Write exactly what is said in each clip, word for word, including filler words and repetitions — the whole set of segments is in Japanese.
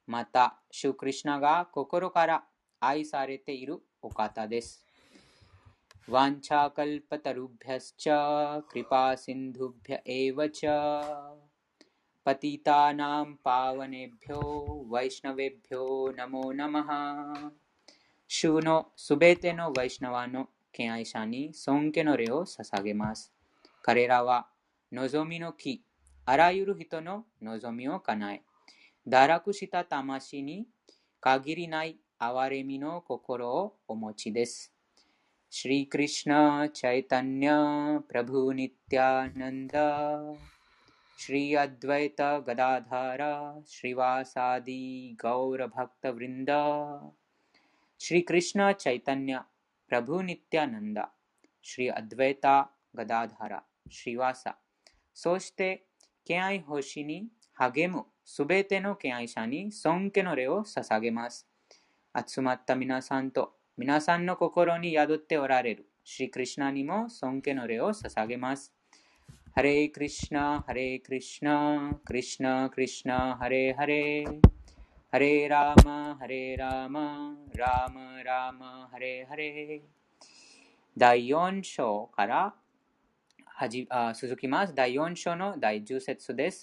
また、シュクリシュナが心から愛されているお方です。ワンチャカルパタルビャスチャクリパシンドゥビャエヴァチャパティタナムパワネビョワイシナベビョナモナマハ。主のすべてのワイシナワの敬愛者に尊敬の礼を捧げます。彼らは望みの木、あらゆる人の望みを叶え、堕落した魂に限りない憐れみの心をお持ちです。シリクリシナ・チャイタニャ・プラブ・ニティアナンダ、シリアドヴァイタ・ガダダラ、シリワサディ・ガウラ・バクタ・ヴリンダ、シリクリシナ・チャイタニャ・プラブ・ニティアナンダ、シリアドヴァイタ・ガダダラ、シリワサ、そして敬愛星に励むすべての敬愛者に尊敬の礼を捧げます。集まった皆さんと皆さんの心に宿っておられるシリクリシナにも尊敬の礼を捧げます。ハレクリシナ、ハレクリシナ、クリシナ、クリシナ、ハレハレ、ハレラーマ、ハレラーマ、ラーマ、ラーマ、ハレハレ。だいよん章からはじあ続きます。だいよん章のだいじゅう節です。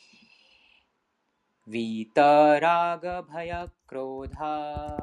ヴィタラガバヤクロダ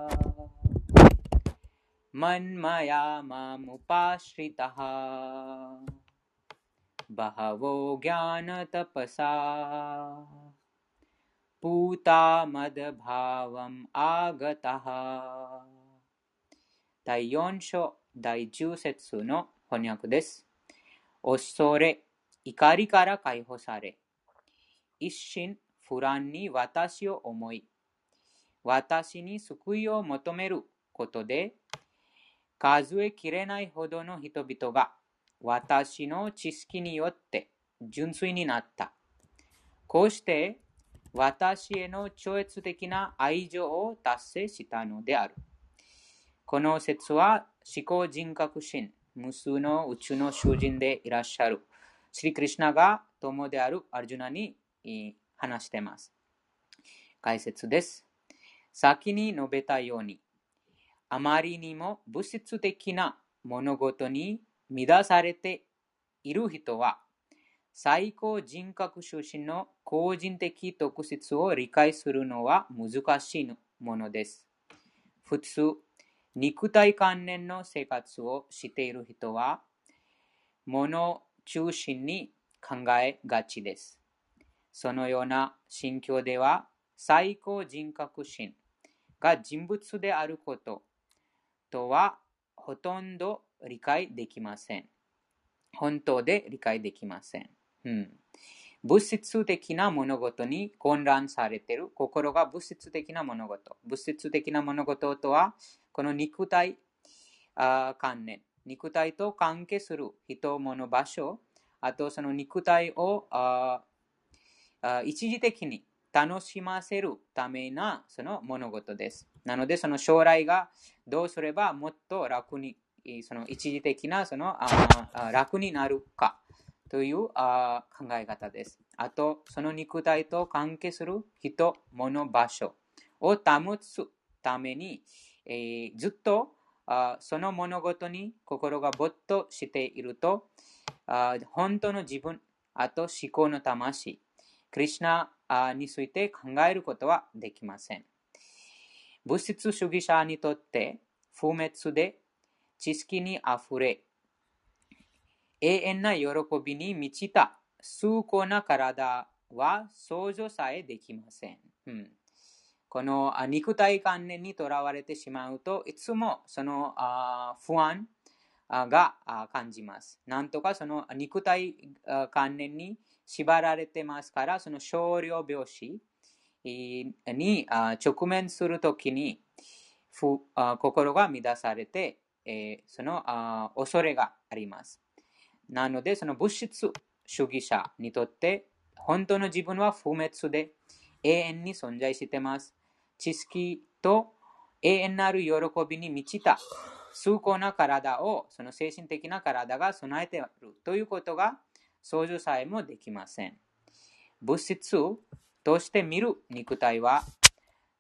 マンマヤマムパシリタハバハヴォギャナタパサプータマダバーヴァムアガタハ。だいよん章だいじゅう節の翻訳です。恐れ、怒りから解放され、一心不乱に私を思い、私に救いを求めることで、数えきれないほどの人々が私の知識によって純粋になった。こうして私への超越的な愛情を達成したのである。この説は思考人格心、無数の宇宙の主人でいらっしゃるシリクリシュナが友であるアルジュナに話しています。解説です。先に述べたように、あまりにも物質的な物事に乱されている人は、最高人格出身の個人的特質を理解するのは難しいものです。普通、肉体関連の生活をしている人は、物中心に考えがちです。そのような心境では、最高人格心が人物であることとはほとんど理解できません。本当で理解できません。うん、物質的な物事に混乱されている。心が物質的な物事。物質的な物事とは、この肉体あ関連。肉体と関係する人、物、場所。あとその肉体をああ一時的に楽しませるためなその物事です。なのでその将来がどうすればもっと楽に、その一時的なそのあ楽になるかというあ考え方です。あとその肉体と関係する人、物、場所を保つために、えー、ずっとあその物事に心が没頭していると、あ本当の自分、あと思考の魂、クリシナについて考えることはできません。物質主義者にとって不滅で知識にあふれ、永遠な喜びに満ちた崇高な体は想像さえできません。うん、この肉体観念にとらわれてしまうと、いつもその不安が感じます。なんとかその肉体観念に縛られてますから、その少量病死に直面するときに心が乱されて、その恐れがあります。なのでその物質主義者にとって本当の自分は不滅で永遠に存在しています。知識と永遠なる喜びに満ちた崇高な体を、その精神的な体が備えているということが想像さえもできません。物質として見る肉体は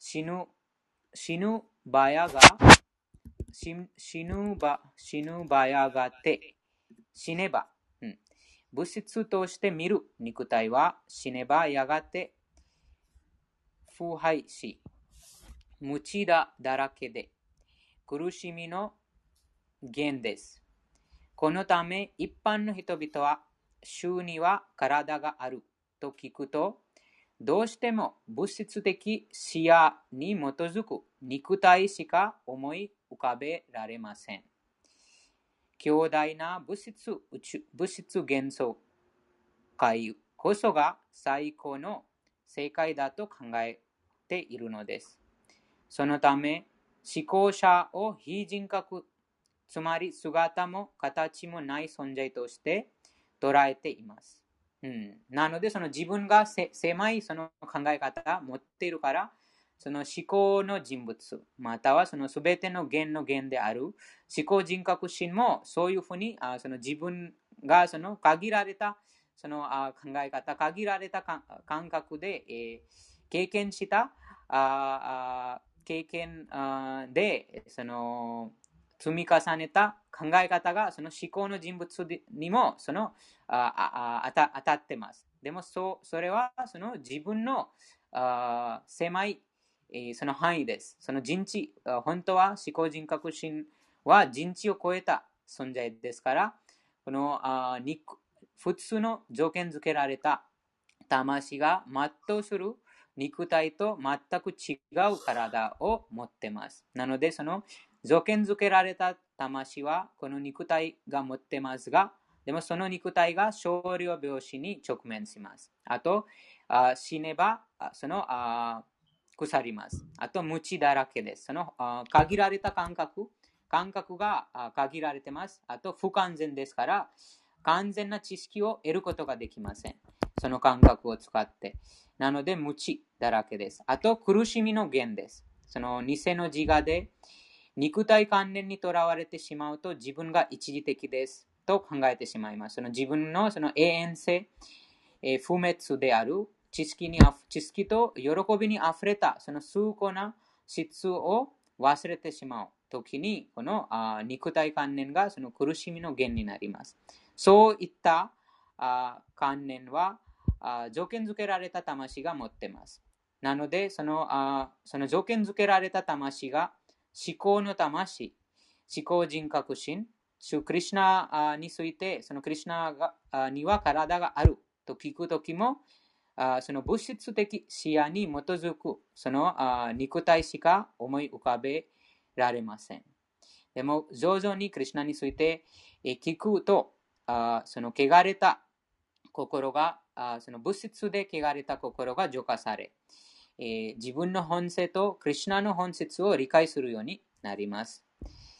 死ぬ、死ぬ場合が、死ぬ場、死ぬ場合がて、死ねば、うん、物質として見る肉体は死ねばやがて腐敗し、無知だだらけで苦しみの源です。このため一般の人々は主には体があると聞くと、どうしても物質的視野に基づく肉体しか思い浮かべられません。強大な物質、物質幻想界こそが最高の正解だと考えているのです。そのため、思考者を非人格、つまり姿も形もない存在として捉えています。うん、なので、その自分が狭いその考え方を持っているから、その思考の人物、またはその全ての源の源である思考人格心もそういうふうにあその自分がその限られたそのあ考え方、限られた感覚で、えー、経験したあ経験あでその積み重ねた考え方がその思考の人物にもそのああ当た当たってます。でもそそれはその自分のあ狭いその範囲です。その人知、本当は思考人格心は人知を超えた存在ですから、このあ普通の条件付けられた魂が全うする肉体と全く違う体を持っています。なので、その条件付けられた魂はこの肉体が持っていますが、でもその肉体が少量病死に直面します。あと、あ死ねば、そのあ腐ります。あと、無知だらけです。そのあ限られた感覚、感覚が限られています。あと、不完全ですから、完全な知識を得ることができません。その感覚を使って。なので、無知だらけです。あと、苦しみの源です。その偽の自我で、肉体観念にとらわれてしまうと、自分が一時的ですと考えてしまいます。その自分のその永遠性、えー、不滅である知識にあ知識と喜びにあふれたその崇高な質を忘れてしまうときに、このあ肉体観念がその苦しみの源になります。そういったあ観念はあ条件付けられた魂が持っています。なので、そのあその条件付けられた魂が思考の魂、思考人格心、主クリシュナについて、そのクリシュナがには体があると聞くときも、その物質的視野に基づくその肉体しか思い浮かべられません。でも、徐々にクリシュナについて聞くと、その汚れた心が、その物質で汚れた心が浄化され、自分の本性とクリシュナの本質を理解するようになります。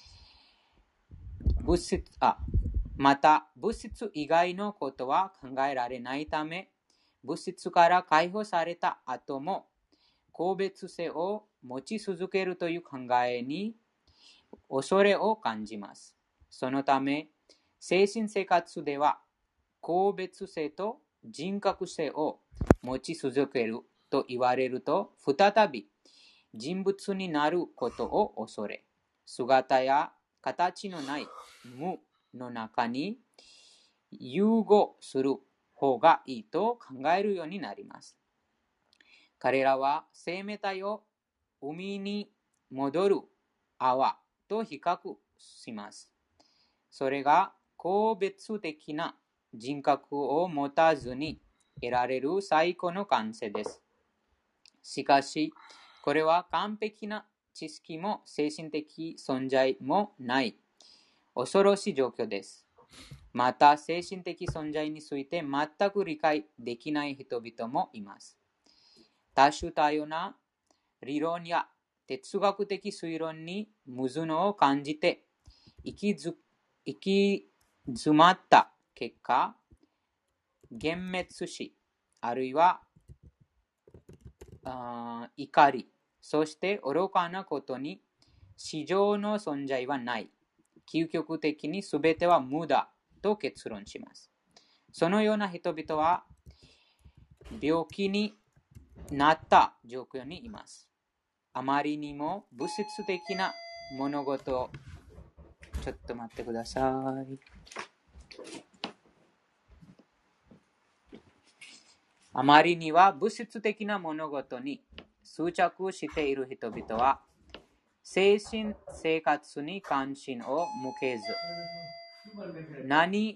物質あまた、物質以外のことは考えられないため、物質から解放された後も、個別性を持ち続けるという考えに恐れを感じます。そのため、精神生活では、個別性と人格性を持ち続けると言われると、再び人物になることを恐れ、姿や形のない無の中に融合する方がいいと考えるようになります。彼らは生命体を海に戻る泡と比較します。それが個別的な人格を持たずに得られる最高の完成です。しかし、これは完璧な知識も精神的存在もない恐ろしい状況です。また、精神的存在について全く理解できない人々もいます。多種多様な理論や哲学的推論に矛盾を感じて行きず行き詰まった結果、幻滅し、あるいはあ怒り、そして愚かなことに市場の存在はない。究極的に全ては無駄と結論します。そのような人々は病気になった状況にいます。 あまりにも物質的な物事、ちょっと待ってください。あまりには物質的な物事に執着している人々は、精神生活に関心を向けず、何、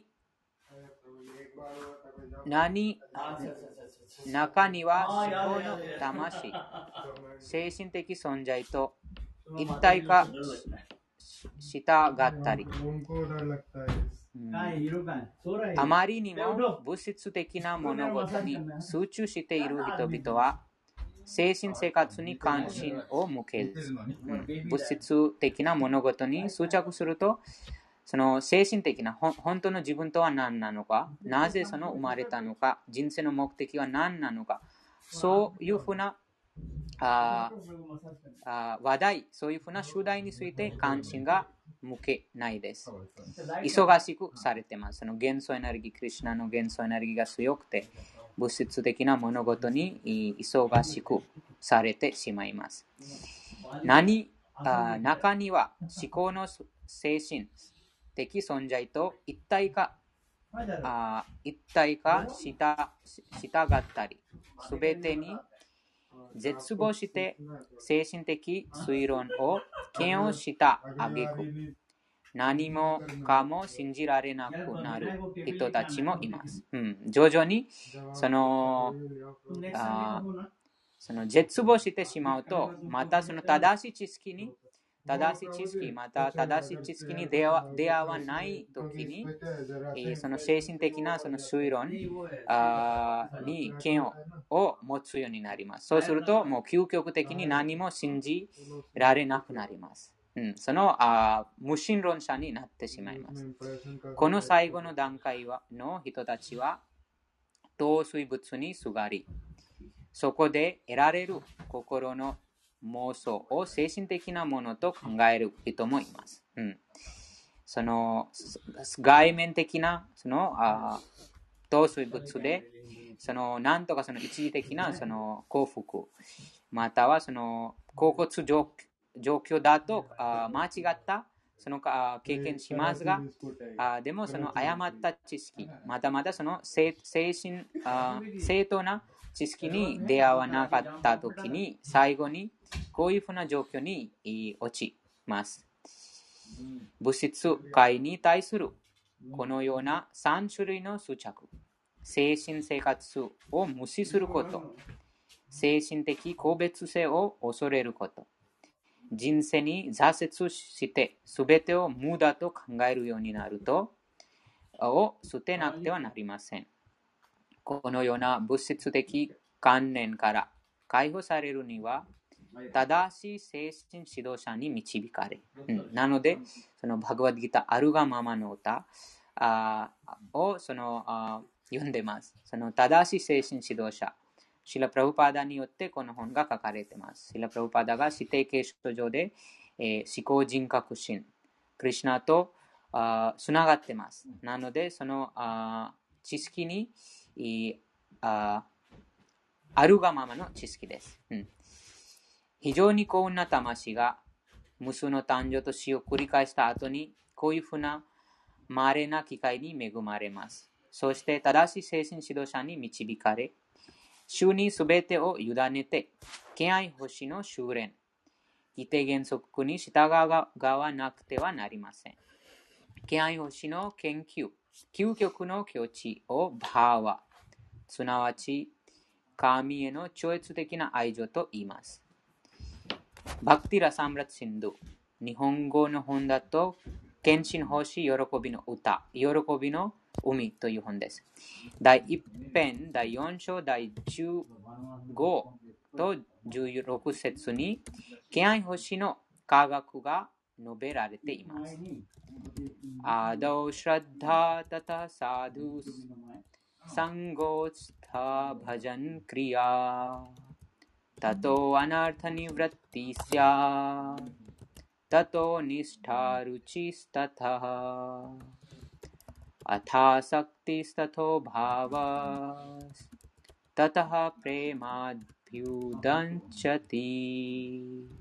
何、中には思考の魂、精神的存在と一体化したがったり、うん、あまりにも物質的な物事に集中している人々は精神生活に関心を向けず、うん、物質的な物事に執着すると、その精神的な本当の自分とは何なのか、なぜその生まれたのか、人生の目的は何なのか、そういうふうなああ話題、そういうふうな主題について関心が向けないです。忙しくされています。その元素エネルギー、クリシュナの元素エネルギーが強くて、物質的な物事に忙しくされてしまいます。何あ中には思考の精神的存在と一体化あ一体化したしたがったり、すべてに絶望して精神的推論を嫌悪した挙句、何もかも信じられなくなる人たちもいます。うん、徐々にそのあその絶望してしまうと、またその正しい知識に正しい知識、また正しい知識に出会わ、出会わないときに、その精神的なその推論に嫌悪を持つようになります。そうすると、もう究極的に何も信じられなくなります。うん、そのあ無神論者になってしまいます。この最後の段階はの人たちは、等水物にすがり、そこで得られる心の妄想を精神的なものと考える人もいます。うん、その外面的なそのあ等水物で、そのなんとかその一時的なその幸福、またはその恍惚状状況だとあ間違ったその経験しますが、あでもその誤った知識、またまたその精神あ正当な知識に出会わなかったときに、最後にこういうふうな状況に落ちます。物質界に対するこのようなさん種類の執着、精神生活を無視すること、精神的個別性を恐れること、人生に挫折して全てを無駄と考えるようになると、を捨てなくてはなりません。このような物質的観念から解放されるには、正しい精神指導者に導かれ、うん、なので、そのバグワッドギターあるがままの歌あをそのあ読んでます。その正しい精神指導者、シラ・プラブパーダによってこの本が書かれています。シラ・プラブパーダが指定形式上で、えー、思考人格心、クリシュナとつながっています。なので、そのあ知識にあ, あるがままの知識です、うん。非常に幸運な魂が無数の誕生と死を繰り返した後に、こういうふうな稀な機会に恵まれます。そして正しい精神指導者に導かれ、主にすべてを委ねて、敬愛星の修練、規定原則に従わなくてはなりません。敬愛星の研究、究極の境地をバーワ、すなわち神への超越的な愛情と言います。バクティラサムラッツシンドゥ、日本語の本だと、献身星喜びの歌、喜びの海という本です。だいいち編、だいよん章、だいじゅうごとじゅうろく節に、敬愛星の科学が述べられています。アダウシラッダタタサドゥスサンゴスタバジャンクリアタトアナルタニヴラッティスヤタトニスタルチスタタアタサクティスタトバースタタハプレマビュダンチャティ。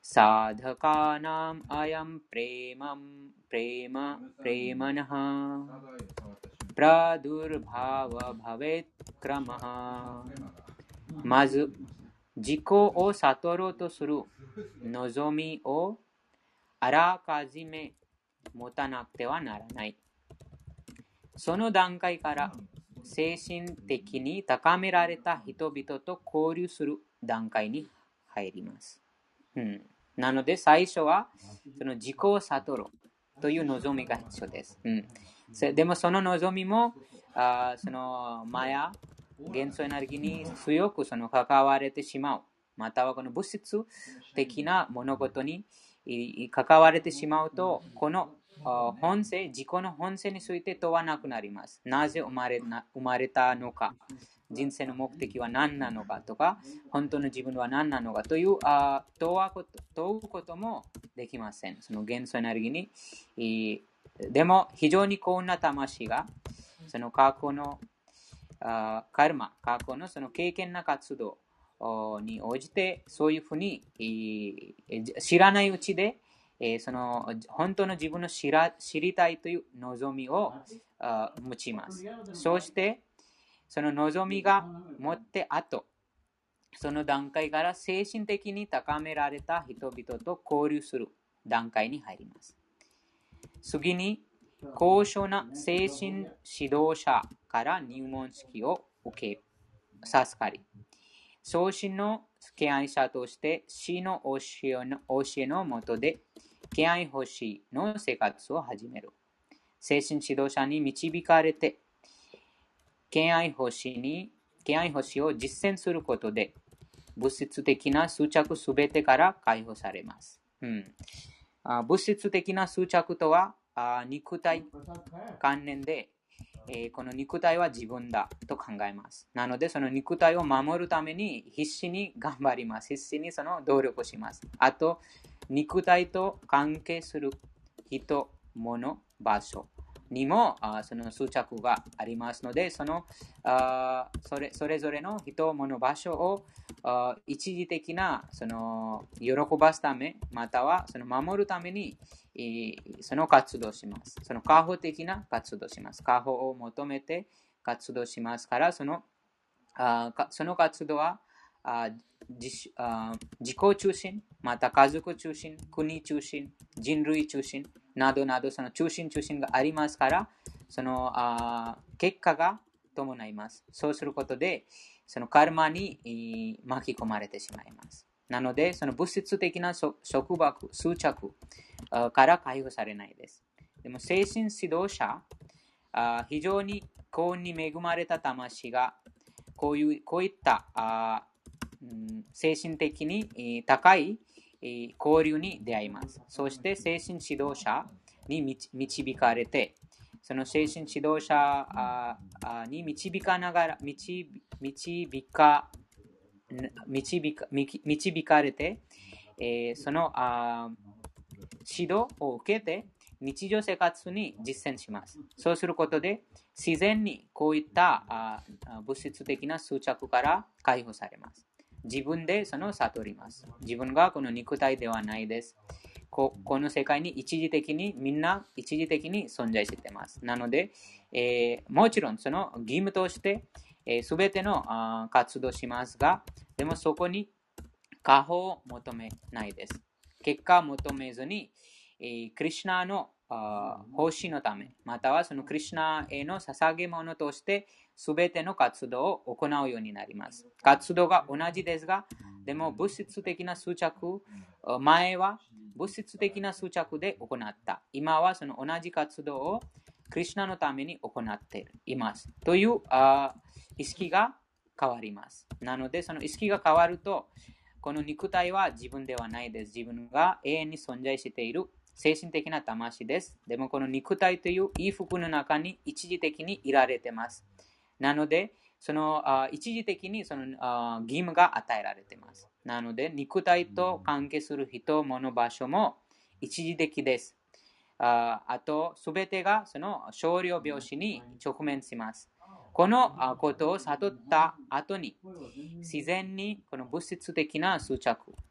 サダカナムアヤムプレマムプレマプレマナハプラドゥルバワバベクラマハ。まず自己を悟ろうとする望みをあらかじめ持たなくてはならない。その段階から精神的に高められた人々と交流する段階に入ります。うん、なので最初はその自己を悟ろうという望みが必要です。うん、でもその望みもあそのマヤ、元素エネルギーに強くその関われてしまう。またはこの物質的な物事に関われてしまうと、この本性、自己の本性について問わなくなります。なぜ生まれな、生まれたのか、人生の目的は何なのかとか、本当の自分は何なのかというあ問うこと、問うこともできません。その元素エネルギーに。でも、非常に高な魂が、その過去のあカルマ、過去のその経験な活動に応じて、そういうふうに知らないうちで、その本当の自分の知ら知りたいという望みを持ちます。そして、その望みが持って後、その段階から精神的に高められた人々と交流する段階に入ります。次に、高尚な精神指導者から入門式を受け授かり、創始の敬愛者として死の教えの教えの下で敬愛奉仕の生活を始める。精神指導者に導かれて敬愛奉仕に敬愛奉仕を実践することで物質的な執着すべてから解放されます。うん、あ物質的な執着とはあ肉体観念で、えー、この肉体は自分だと考えます。なのでその肉体を守るために必死に頑張ります。必死にその努力します。あと肉体と関係する人、物、場所にもあその執着がありますので、そのあ そ, れそれぞれの人、物、場所をあ一時的なその喜ばすため、またはその守るためにその活動します。その過保的な活動します。過保を求めて活動しますから、そのあその活動はあ 自, あ自己中心、また家族中心、国中心、人類中心などなど、その中心中心がありますから、そのあ結果が伴います。そうすることで、そのカルマに巻き込まれてしまいます。なので、その物質的な束縛、執着から解放されないです。でも、精神指導者、非常に幸運に恵まれた魂が、こういう、こういったあ、うん、精神的に高い交流に出会います。そして、精神指導者に導かれて、その精神指導者に導かながら、導か、導か、導かれて、えー、そのあ指導を受けて日常生活に実践します。そうすることで自然にこういったあ物質的な執着から解放されます。自分でその悟ります。自分がこの肉体ではないです。こ, この世界に一時的にみんな一時的に存在しています。なので、えー、もちろんその義務としてすべ、えー、てのあ活動しますが、でもそこに過保を求めないです。結果を求めずに、えー、クリシュナの奉仕のため、またはそのクリシュナへの捧げ物としてすべての活動を行うようになります。活動が同じですが、でも物質的な執着、前は物質的な執着で行った。今はその同じ活動をクリシュナのために行っています。というあ意識が変わります。なので、その意識が変わると、この肉体は自分ではないです。自分が永遠に存在している精神的な魂です。でもこの肉体という衣服の中に一時的にいられています。なので、そのあ一時的にそのあ義務が与えられています。なので、肉体と関係する人、物、場所も一時的です。あ, あと、すべてがその少量病死に直面します。このことを悟った後に、自然にこの物質的な執着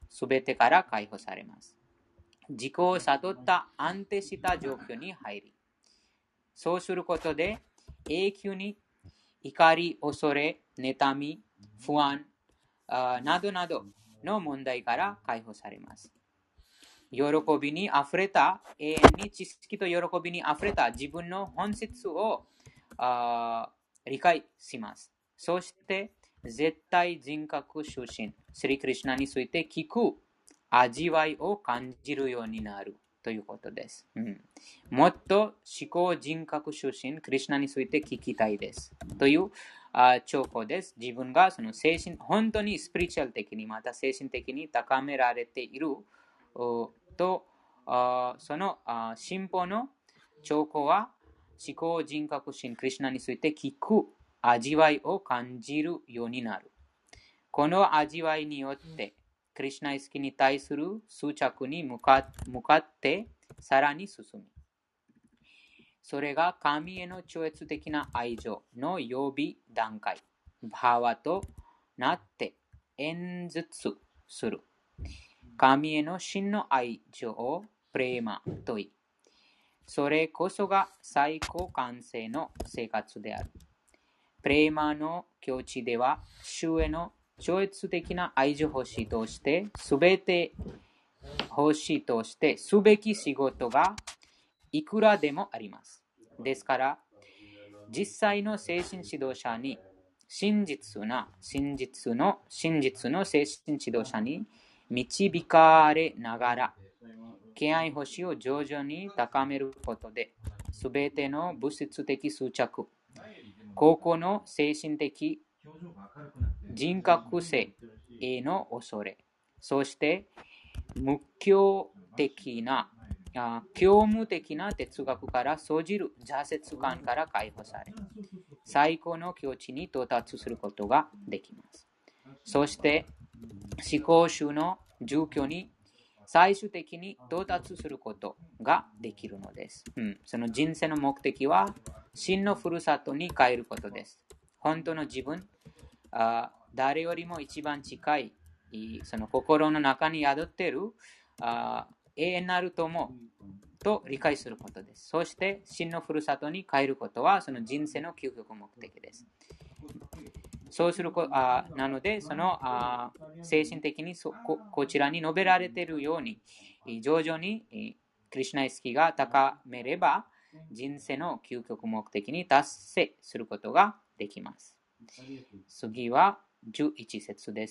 すべてから解放されます。自己を悟った安定した状況に入り、そうすることで永久に怒り、恐れ、妬み、不安などなどの問題から解放されます。喜びにあふれた、永遠に知識と喜びにあふれた自分の本質を理解します。そして絶対人格出身、スリクリシュナについて聞く味わいを感じるようになるということです。うん、もっと思考人格出身、クリシュナについて聞きたいですというあ兆候です。自分がその精神、本当にスピリチュアル的に、また精神的に高められていると、その進歩の兆候は思考人格心、クリシュナについて聞く味わいを感じるようになる。この味わいによって、クリシュナ意識に対する執着に向かってさらに進み、それが神への超越的な愛情の予備段階、バーワとなって演説する。神への真の愛情をプレーマと言い、それこそが最高完成の生活である。プレーマの境地では、主への超越的な愛情欲しいとして、すべて欲しいとしてすべき仕事がいくらでもあります。ですから、実際の精神指導者に、真実な、真実の、真実の精神指導者に導かれながら、敬愛欲しを徐々に高めることで、すべての物質的執着、個々の精神的人格性への恐れ、そして無教的な、教務的な哲学から生じる挫折感から解放され、最高の境地に到達することができます。そして思考集の住居に最終的に到達することができるのです。うん、その人生の目的は真のふるさとに帰ることです。本当の自分、あ誰よりも一番近い、その心の中に宿っているあ永遠なる友と理解することです。そして真のふるさとに帰ることはその人生の究極目的です。そうするこあなので、そのあ精神的にそ こ, こちらに述べられているように、徐々にクリシュナ意識が高めれば、人生の究極目的に達成することができます。次はじゅういち節です。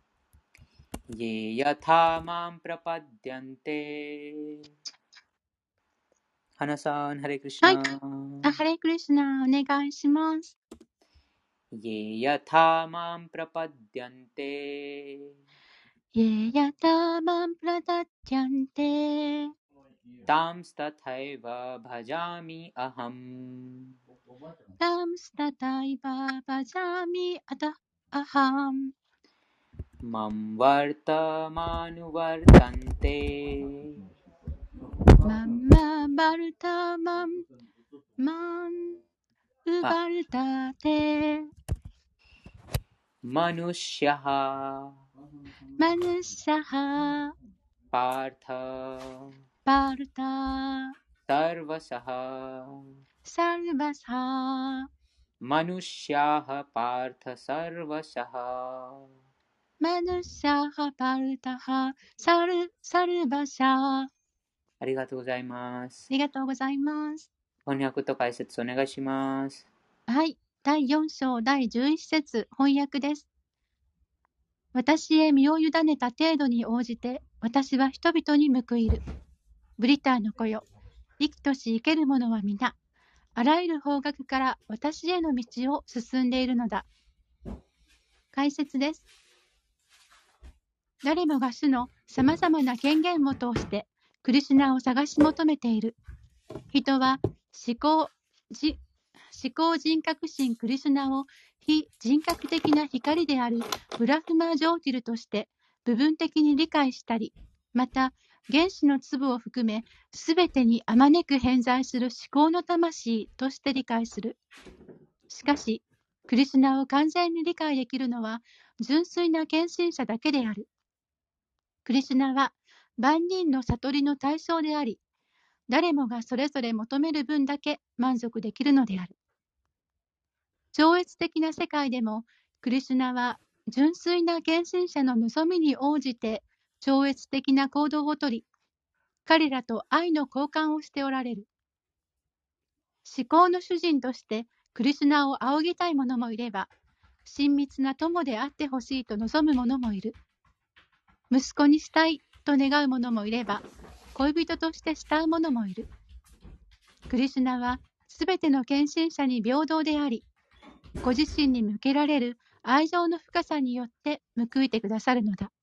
イェヤタマンプラパディアンテ。花さん、ハレクリシナ。 はい、ハレクリシナ、お願いします。 イェヤタマンプラパディアンテ。 イェヤタマンプラパディアンテ。 タムスタタイババジャミアハム。 タムスタタイババジャミアタアハム。 マンワルタマヌワルタンテ。 マンマバルタマンマンウバルタテ。 マヌシャハ。 マヌシャハ。 パータ。 パルタ。 サルバサハ。 サルバサ。 マヌシャハパータサルバサハ。 マヌシャハパルタハサルサルバシャ。ありがとうございます。 ありがとうございます。 翻訳と解説お願いします。 はい。だいよん章だいじゅういち節翻訳です。私へ身を委ねた程度に応じて、私は人々に報いる。ブリターの子よ。生きとし生ける者は皆、あらゆる方角から私への道を進んでいるのだ。解説です。誰もが主のさまざまな権限を通して、クリシュナを探し求めている。人は思考、じ思考人格心クリシュナを非人格的な光であるブラフマージョーティルとして部分的に理解したり、また原子の粒を含めすべてにあまねく偏在する思考の魂として理解する。しかし、クリシュナを完全に理解できるのは純粋な献身者だけである。 クリシュナは万人の悟りの対象であり、誰もがそれぞれ求める分だけ満足できるのである。超越的な世界でも、クリシュナは純粋な献身者の望みに応じて超越的な行動をとり、彼らと愛の交換をしておられる。思考の主人としてクリシュナを仰ぎたい者もいれば、親密な友であってほしいと望む者もいる。息子にしたいと願う者もいれば、恋人として慕う者もいる。クリシュナはすべての献身者に平等であり、ご自身に向けられる愛情の深さによって報いてくださるのだ。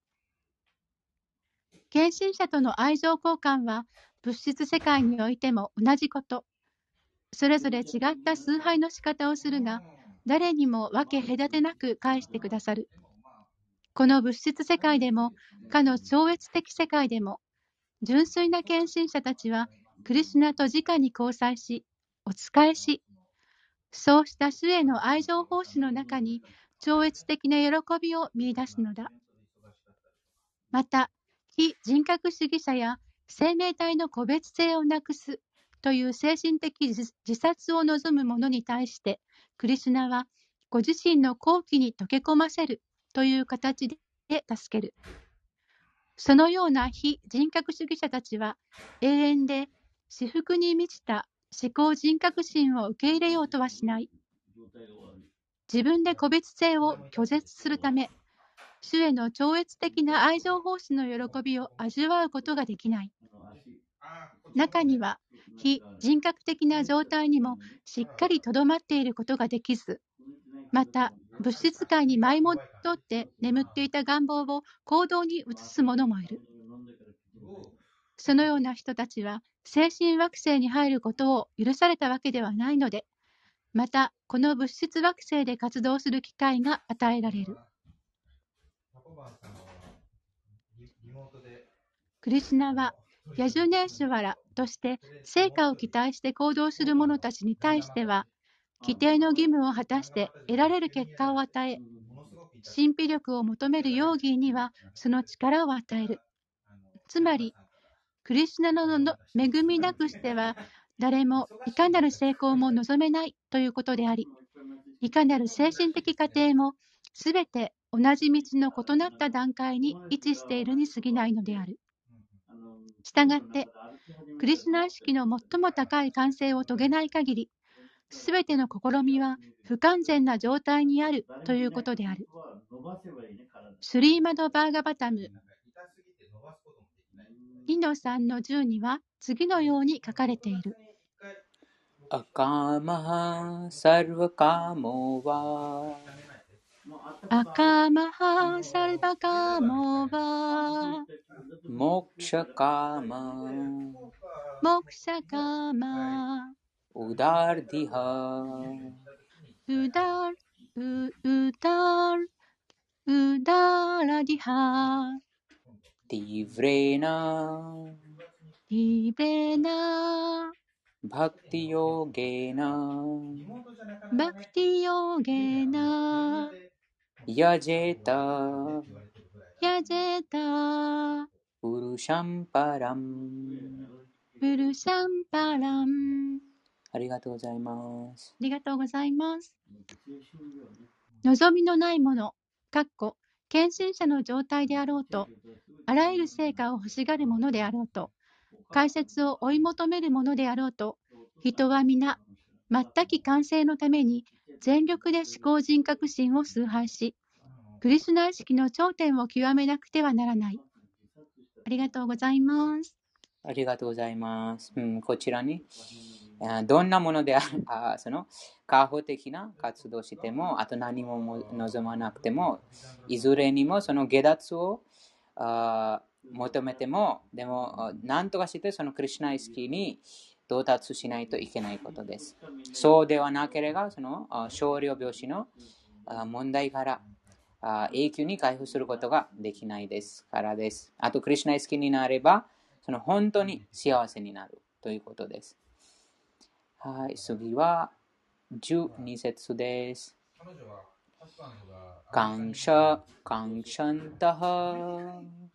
献身者との愛情交換は物質世界においても同じこと。それぞれ違った崇拝の仕方をするが、誰にも分け隔てなく返してくださる。この物質世界でも、かの超越的世界でも、純粋な献身者たちは、クリシュナと直に交際し、お仕えし、そうした主への愛情奉仕の中に、超越的な喜びを見出すのだ。また、非人格主義者や生命体の個別性をなくすという精神的自殺を望む者に対して、クリシュナはご自身の好奇に溶け込ませるという形で助ける。そのような非人格主義者たちは、永遠で至福に満ちた思考人格心を受け入れようとはしない。自分で個別性を拒絶するため、主への超越的な愛情奉仕の喜びを味わうことができない。中には、非人格的な状態にもしっかりとどまっていることができず、また物質界に舞い戻って眠っていた願望を行動に移す者もいる。そのような人たちは精神惑星に入ることを許されたわけではないので、またこの物質惑星で活動する機会が与えられる。クリシュナはヤジュネーシュワラとして成果を期待して行動する者たちに対しては、規定の義務を果たして得られる結果を与え、神秘力を求めるヨーギーにはその力を与える。つまり、クリシュナの恵みなくしては誰もいかなる成功も望めないということであり、いかなる精神的過程もすべて同じ道の異なった段階に位置しているに過ぎないのである。したがって、クリシュナ意識の最も高い完成を遂げない限り、すべての試みは不完全な状態にあるということである。シュリーマド・バーガバタムにのさんのじゅうには次のように書かれている。 アカマハサルヴカモワアカマハサルバカモバモクシャカマモクシャカマウダーディハウダルウウダルウダラディハティヴレナディベナバクティヨゲナバクティヨゲナヤジェタヤジェタウルシャンパラン。 ウルシャンパラン。 ありがとうございます。 ありがとうございます。望みのないもの、かっこ献身者の状態であろうと、あらゆる成果を欲しがるものであろうと、解説を追い求めるものであろうと、人は皆、全き完成のために全力で思考人格心を崇拝し、クリシュナ意識の頂点を極めなくてはならない。ありがとうございます。 ありがとうございます。うん、こちらに、どんなものである、あその、過保的な活動しても、あと何も望まなくても、いずれにもその下脱をあ求めても、でも、何とかしてそのクリシュナ意識に到達しないといけないことです。そうではなければ、その少量病死の問題から永久に回復することができないですからです。あと、クリシュナ意識になれば、その本当に幸せになるということです。はい、次はじゅうに節です。カンシャ、カンシャンタハ、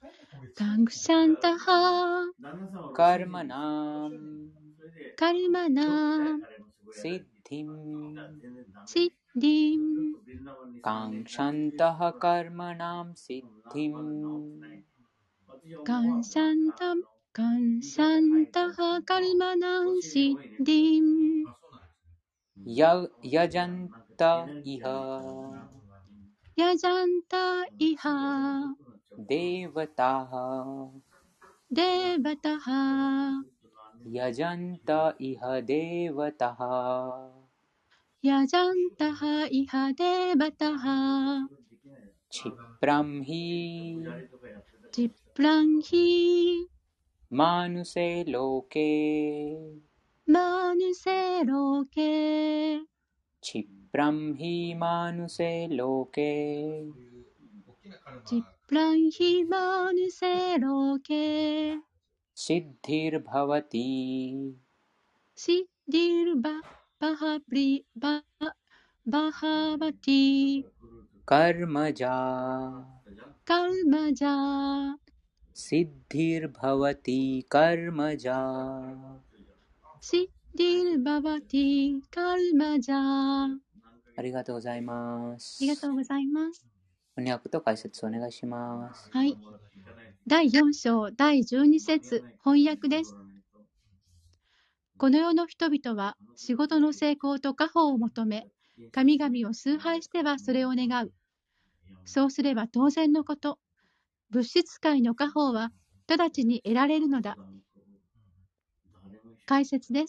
カンクシャンタハカルマナムカルマナシッディムシッディムカンシャンタハカルマナムシッディムカンシャンタカンシャンタハカルマナンシッディムヤヤジャンタイハヤジャンタイハデーバタハデーバタハヤジャンタイハデーバタハヤジャンタハイハデーバタハチプラムヒチプランヒマヌセロケマヌセロケチプラムヒマヌセロケチプランヒマヌセロケシッディルバワティシッディルババハブリババハバティカルマジャカルマジャシッディルバワティカルマジャシッディルババティカルマジャあありがとうございます。 りがとうございます。 翻訳と解説お願いします。 はい。だいよん章だいじゅうに節翻訳です。この世の人々は仕事の成功と家宝を求め、神々を崇拝してはそれを願う。そうすれば当然のこと。物質界の家宝は直ちに得られるのだ。解説です。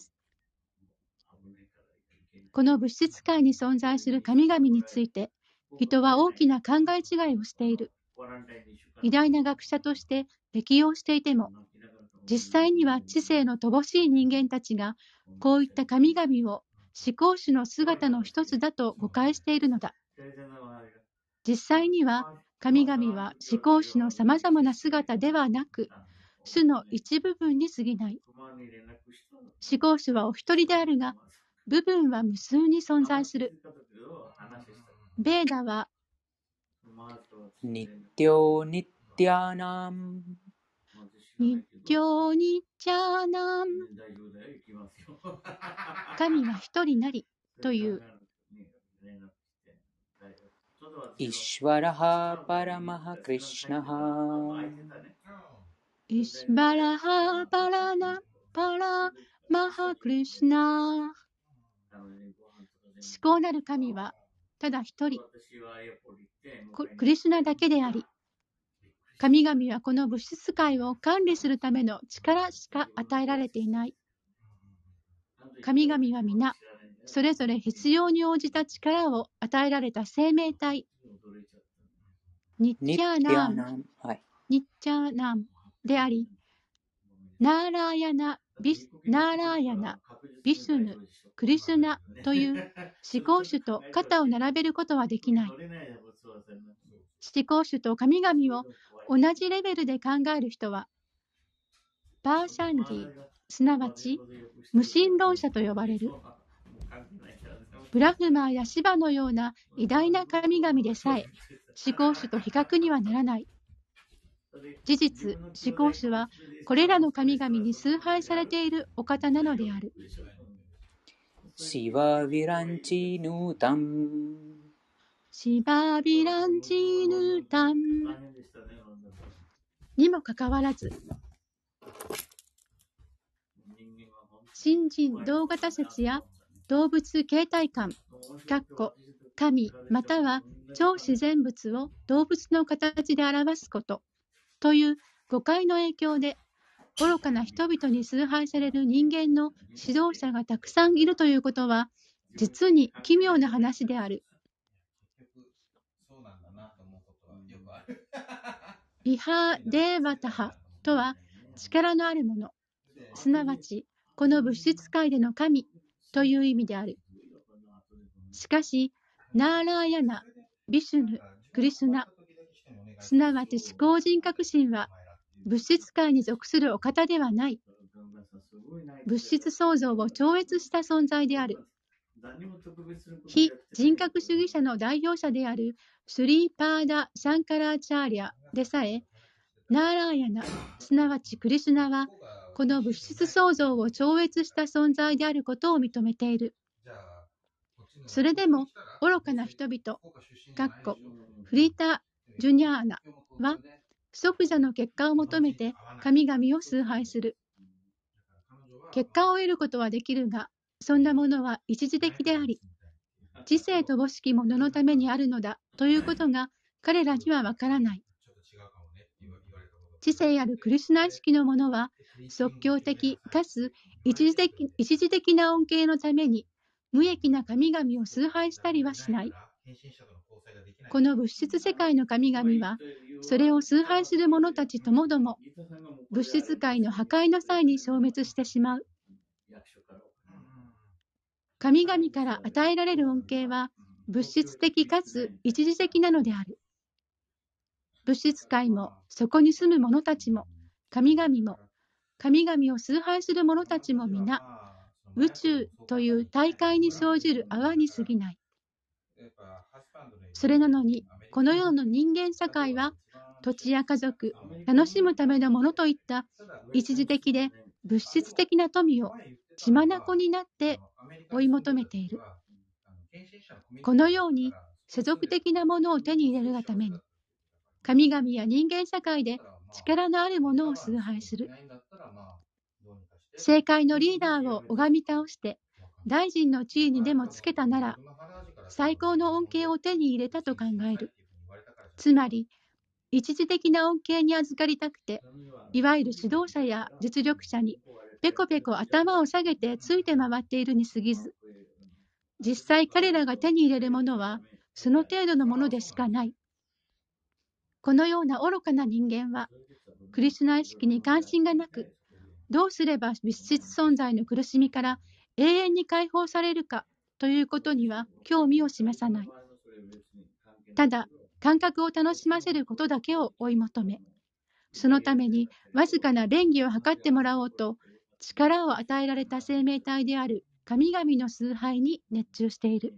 この物質界に存在する神々について、人は大きな考え違いをしている。偉大な学者として歴用していても、実際には知性の乏しい人間たちが、こういった神々を思考主の姿の一つだと誤解しているのだ。実際には、神々は思考主のさまざまな姿ではなく、主の一部分に過ぎない。思考主はお一人であるが、部分は無数に存在する。ベーダは、 ニッテョニッティアナムニッテョニッチャーナム神は一人なりというイシュワラハパラマハクリシナハイシバラハパラナパラマハクリシナ至高なる神はただ一人クリシュナだけであり、神々はこの物質界を管理するための力しか与えられていない。神々は皆それぞれ必要に応じた力を与えられた生命体、ニッチャーナーム、ニッチャーナームであり、ナーラーヤナ、ビシナーラーヤナ、ビシュヌ、クリシュナという思考主と肩を並べることはできない。思考主と神々を同じレベルで考える人はパーシャンディ、すなわち無神論者と呼ばれる。ブラフマーやシバのような偉大な神々でさえ思考主と比較にはならない。事実、思考主はこれらの神々に崇拝されているお方なのである。 シバヴィランチヌータンシバビランチヌタンにもかかわらず、新人同型説や動物形態観、神または超自然物を動物の形で表すことという誤解の影響で、愚かな人々に崇拝される人間の指導者がたくさんいるということは、実に奇妙な話である。イハデーバタハとは力のあるもの、すなわちこの物質界での神という意味である。しかし、ナーラーヤナ、ビシュヌ、クリスナ、すなわち思考人格心は物質界に属するお方ではない。物質創造を超越した存在である。非人格主義者の代表者であるスリーパーダ・シャンカラーチャーリャでさえ、 ナーラーヤナ、すなわちクリシュナは、この物質創造を超越した存在であることを認めている。それでも、愚かな人々、かっこフリータ・ジュニャーナは、即座の結果を求めて神々を崇拝する。結果を得ることはできるが、そんなものは一時的であり、知性乏しきもののためにあるのだということが彼らにはわからない。知性あるクリシュナ意識のものは、即興的かつ一時的、一時的な恩恵のために無益な神々を崇拝したりはしない。この物質世界の神々は、それを崇拝する者たちともども、物質界の破壊の際に消滅してしまう。神々から与えられる恩恵は、物質的かつ一時的なのである。物質界も、そこに住む者たちも、神々も、神々を崇拝する者たちも皆、宇宙という大海に生じる泡に過ぎない。それなのに、この世の人間社会は、土地や家族、楽しむためのものといった一時的で物質的な富を血眼になって追い求めている。このように世俗的なものを手に入れるがために、神々や人間社会で力のあるものを崇拝する。政界のリーダーを拝み倒して、大臣の地位にでもつけたなら、最高の恩恵を手に入れたと考える。つまり、一時的な恩恵に預かりたくて、いわゆる指導者や実力者にペコペコ頭を下げてついて回っているに過ぎず、実際彼らが手に入れるものはその程度のものでしかない。このような愚かな人間は、クリシュナ意識に関心がなく、どうすれば物質存在の苦しみから永遠に解放されるかということには興味を示さない。ただ、感覚を楽しませることだけを追い求め、そのためにわずかな便宜を図ってもらおうと、力を与えられた生命体である神々の崇拝に熱中している。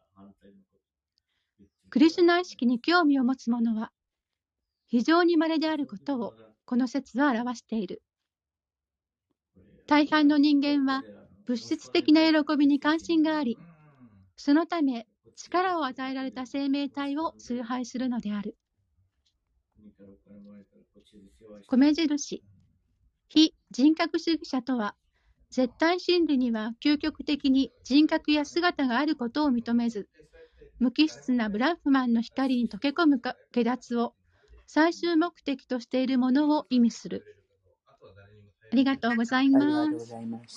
クリシュナ意識に興味を持つ者は、非常に稀であることをこの説は表している。大半の人間は物質的な喜びに関心があり、そのため力を与えられた生命体を崇拝するのである。米印、非人格主義者とは、絶対真理には究極的に人格や姿があることを認めず、無機質なブラフマンの光に溶け込むか下脱を最終目的としているものを意味する。ありがとうございありがとうごます。 ざいました。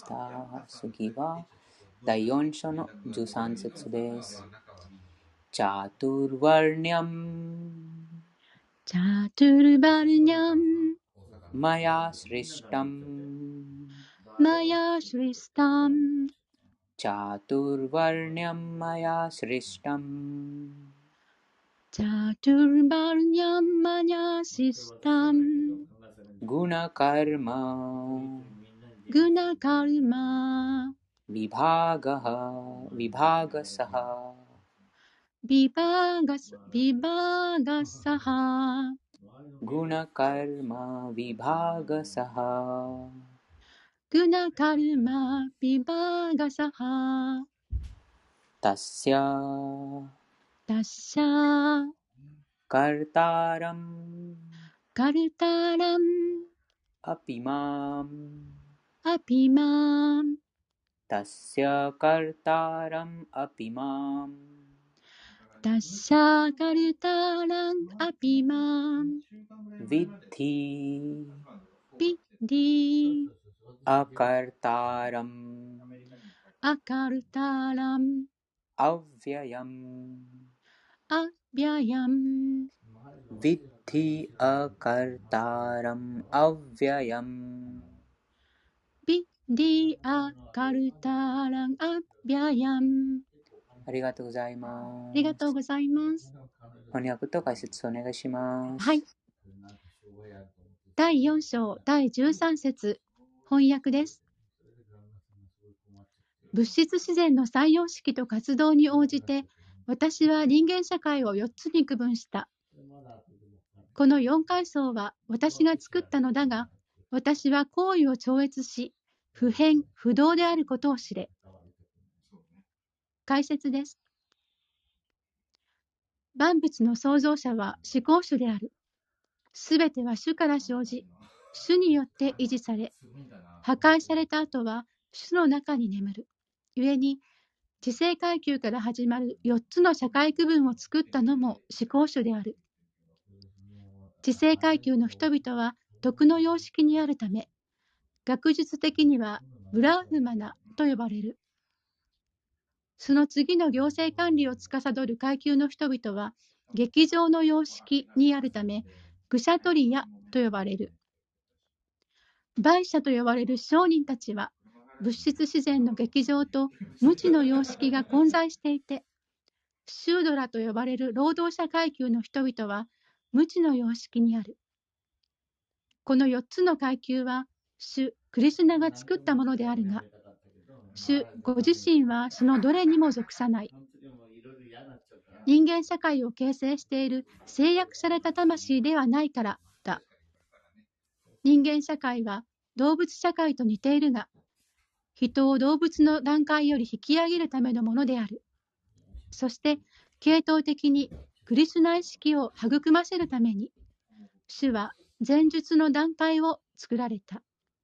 次はだいよん章のじゅうさん節です。チャトゥルワルニャムチャトゥルバルニャムマヤスリシタムマヤシリスタムチャトゥルワルニャムマヤスリシタムチャトゥルバルニャムマヤシスタムグナカルマグナカルマビバーガハビバーガサハビバーガスビバーガサハグナカルマビバーガサハグナカルマビバーガサハタッシャタッシャカルタラムカルタラムアピマムアピマンタッシャカルタラムアピマムタッシャカルタランアピマンヴィッティビディアカルタラムアカルタラムアヴヤヤムアビャヤムヴィッティアカルタラムアヴヤヤムビディアカルタランアビャヤム。 ありがとうございます。 ありがとうございます。 翻訳と解説お願いします。 はい。だいよん章だいじゅうさん節翻訳です。物質自然の三様式と活動に応じて、私は人間社会をよっつに区分した。 この四階層は私が作ったのだが、私は行為を超越し、不変、不動であることを知れ。解説です。万物の創造者は思考主である。すべては主から生じ、主によって維持され、破壊された後は主の中に眠る。故に、知性階級から始まるよっつの社会区分を作ったのも思考主である。知性階級の人々は徳の様式にあるため、学術的にはブラーフマナと呼ばれる。その次の行政管理を司る階級の人々は、劇場の様式にあるため、グシャトリヤと呼ばれる。売者と呼ばれる商人たちは、物質自然の劇場と無知の様式が混在していて、シュードラと呼ばれる労働者階級の人々は、無知の様式にある。このよっつの階級は、主クリシュナが作ったものであるが、主ご自身はそのどれにも属さない。人間社会を形成している制約された魂ではないからだ。人間社会は動物社会と似ているが、人を動物の段階より引き上げるためのものである。そして、系統的にクリシュナ意識を育ませるために、主は前述の段階を作られた。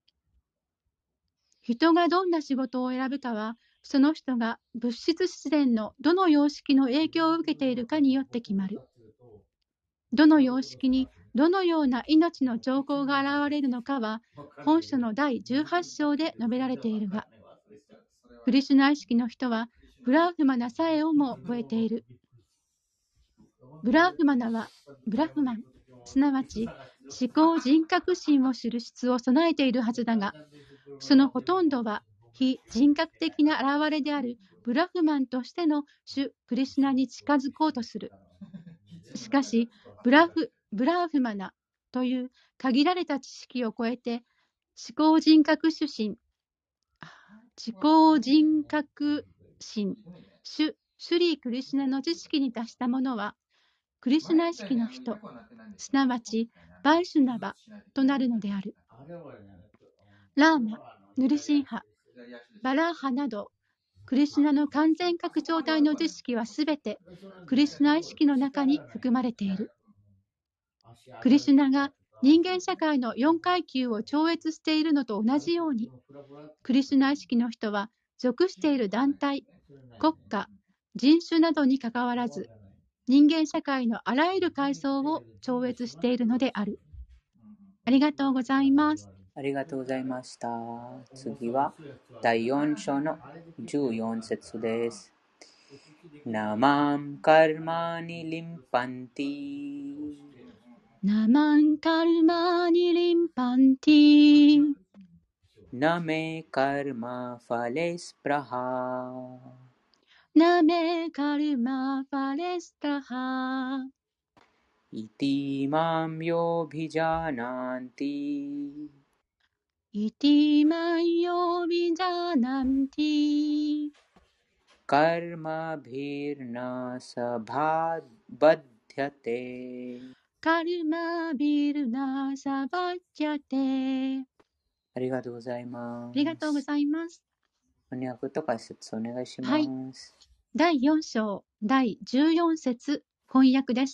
人がどんな仕事を選ぶかは、その人が物質自然のどの様式の影響を受けているかによって決まる。どの様式にどのような命の兆候が現れるのかは、本書のだいじゅうはち章で述べられているが、クリシュナ意識の人は、ブラーフマナさえをも超えている。ブラーフマナは、ブラフマン、すなわち思考人格心を知る質を備えているはずだが、そのほとんどは非人格的な現れであるブラフマンとしての主クリシュナに近づこうとする。しかし、ブラフ、ブラーフマナという限られた知識を超えて、思考人格主心、思考人格心、主、シュリー・クリシュナの知識に達した者は、クリシュナ意識の人、すなわちバイシュナバとなるのである。ラーマ、ヌルシンハ、バラーハなど、クリシュナの完全拡張体の知識はすべてクリシュナ意識の中に含まれている。クリシュナが人間社会のよん階級を超越しているのと同じように、クリシュナ意識の人は属している団体、国家、人種などにかかわらず、人間社会のあらゆる階層を超越しているのである。ありがとうございます。 ありがとうございました。次はだいよん章のじゅうよん節です。ナマンカルマニリンパンティナマンカルマニリンパンティナメカルマファレスプラハナメカルマファレスプラハイティマンヨビジャナンティイティマンヨビジャナンティカルマビルナサババディャテカルマビルナサバジャテ。 ありがとうございます。 ありがとうございます。 翻訳と解説お願いします。 はい。だいよん章だいじゅうよん節翻訳です。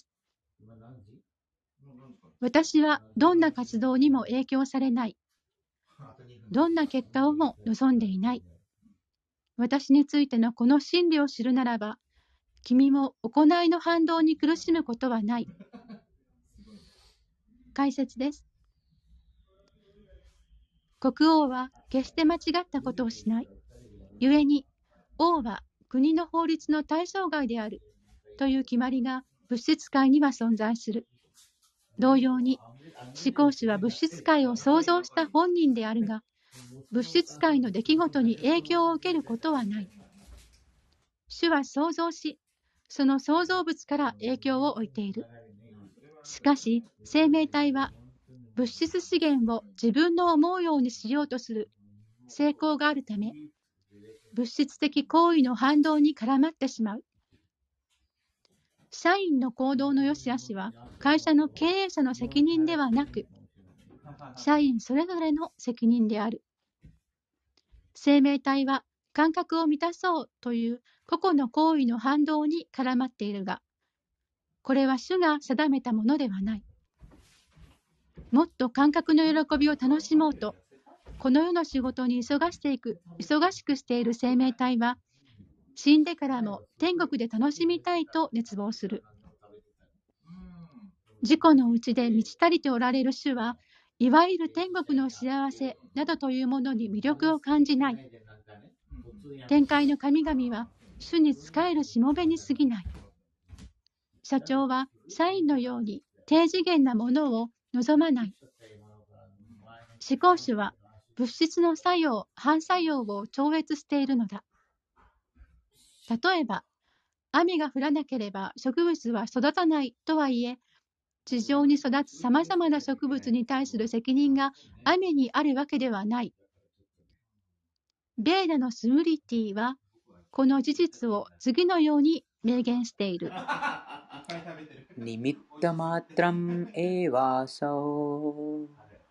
私はどんな活動にも影響されない。どんな結果をも望んでいない。私についてのこの真理を知るならば、君も行いの反動に苦しむことはない。解説です。国王は決して間違ったことをしない。故に、王は国の法律の対象外であるという決まりが物質界には存在する。同様に、思考主は物質界を創造した本人であるが、物質界の出来事に影響を受けることはない。主は創造し、その創造物から影響を置いている。しかし、生命体は物質資源を自分の思うようにしようとする成功があるため、物質的行為の反動に絡まってしまう。 社員の行動の良し悪しは会社の経営者の責任ではなく、社員それぞれの責任である。生命体は感覚を満たそうという個々の行為の反動に絡まっているが、これは主が定めたものではない。もっと感覚の喜びを楽しもうと、この世の仕事に忙していく、忙しくしている生命体は、死んでからも天国で楽しみたいと熱望する。自己のうちで満ち足りておられる主は、いわゆる天国の幸せなどというものに魅力を感じない。天界の神々は主に仕えるしもべに過ぎない。社長は社員のように低次元なものを望まない。思考主は物質の作用、反作用を超越しているのだ。例えば、雨が降らなければ植物は育たないとはいえ、地上に育つさまざまな植物に対する責任が雨にあるわけではない。ベーダのスムリティは、この事実を次のように明言している。 ニミッタマトラムエワーソ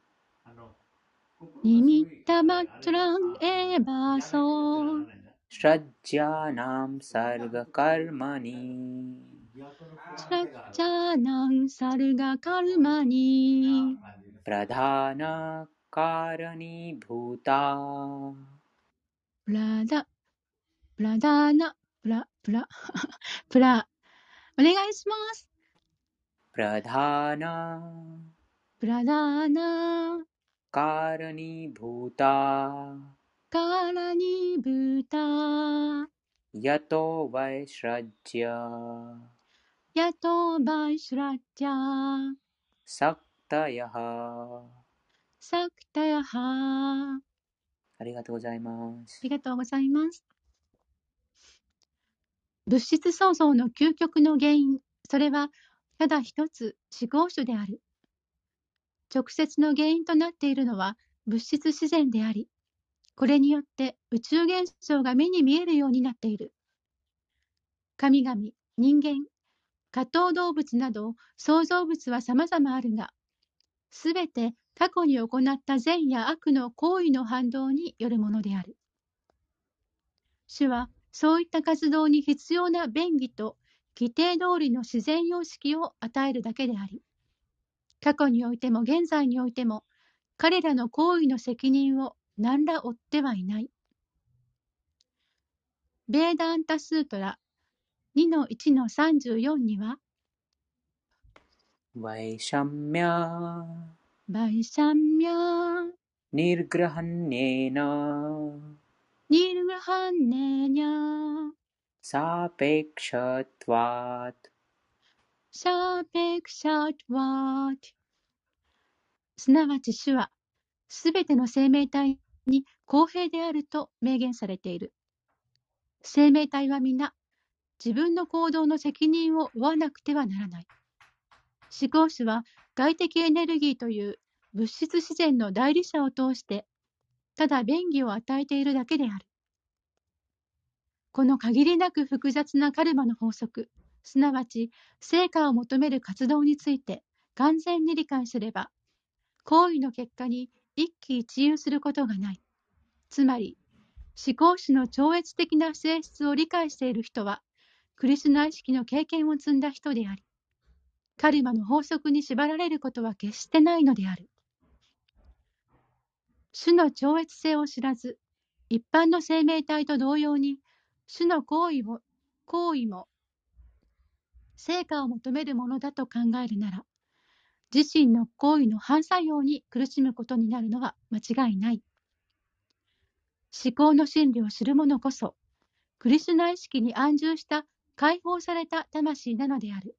ニミッタマトランエバーソーシュラッジャーナムサルガカルマニシラッチャーナンサルガカルマニプラダーナカラニブータプラダ、プラダーナ、プラ、プラ、プラ、お願いします。 プラダーナプラダーナカラニブータカラニブータヤトワイシュラッジャーヤトバイシュラッチャーサクタヤハサクタヤハ。 ありがとうございまあす。 りがとうございます。物質創造の究極の原因、それはただ一つ、思考主である。直接の原因となっているのは物質自然であり、これによって宇宙現象が目に見えるようになっている。神々、人間、下等動物など創造物は様々あるが、すべて過去に行った善や悪の行為の反動によるものである。主はそういった活動に必要な便宜と規定通りの自然様式を与えるだけであり、過去においても現在においても彼らの行為の責任を何ら負ってはいない。ベーダンタスートラ にのいちのさんじゅうよん には、 ワイシャンミャバイシャンミャニルグラハンネーナニルグハンネニャサペクシャトワートシャーペクシャトワート。すなわち主はすべての生命体に公平であると明言されている。生命体は皆自分の行動の責任を負わなくてはならない。思考主は外的エネルギーという物質自然の代理者を通してただ便宜を与えているだけである。この限りなく複雑なカルマの法則、すなわち成果を求める活動について完全に理解すれば、行為の結果に一喜一憂することがない。つまり、思考主の超越的な性質を理解している人は、クリシュナ意識の経験を積んだ人であり、カルマの法則に縛られることは決してないのである。主の超越性を知らず、一般の生命体と同様に、主の行為を、行為も、成果を求めるものだと考えるなら、自身の行為の反作用に苦しむことになるのは間違いない。思考の真理を知る者こそ、クリシュナ意識に安住した解放された魂なのである。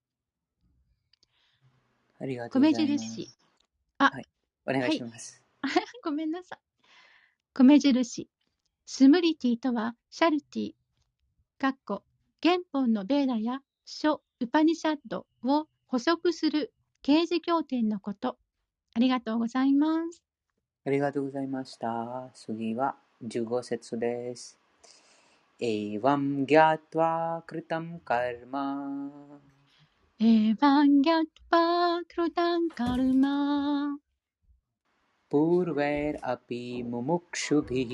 ありがとうございます。 米印。あ、 はい、お願いします。 はい、ごめんなさい。米印。スムリティとはシャルティ、かっこ原本のベーダや書ウパニシャッドを補足する啓示経典のこと。ありがとうございます。 ありがとうございました。次はじゅうご節です。エヴァンギャトワクルタムカルマエヴァンギャッパクロタンカルマ पूर्वैरपि मुमुक्षुभिः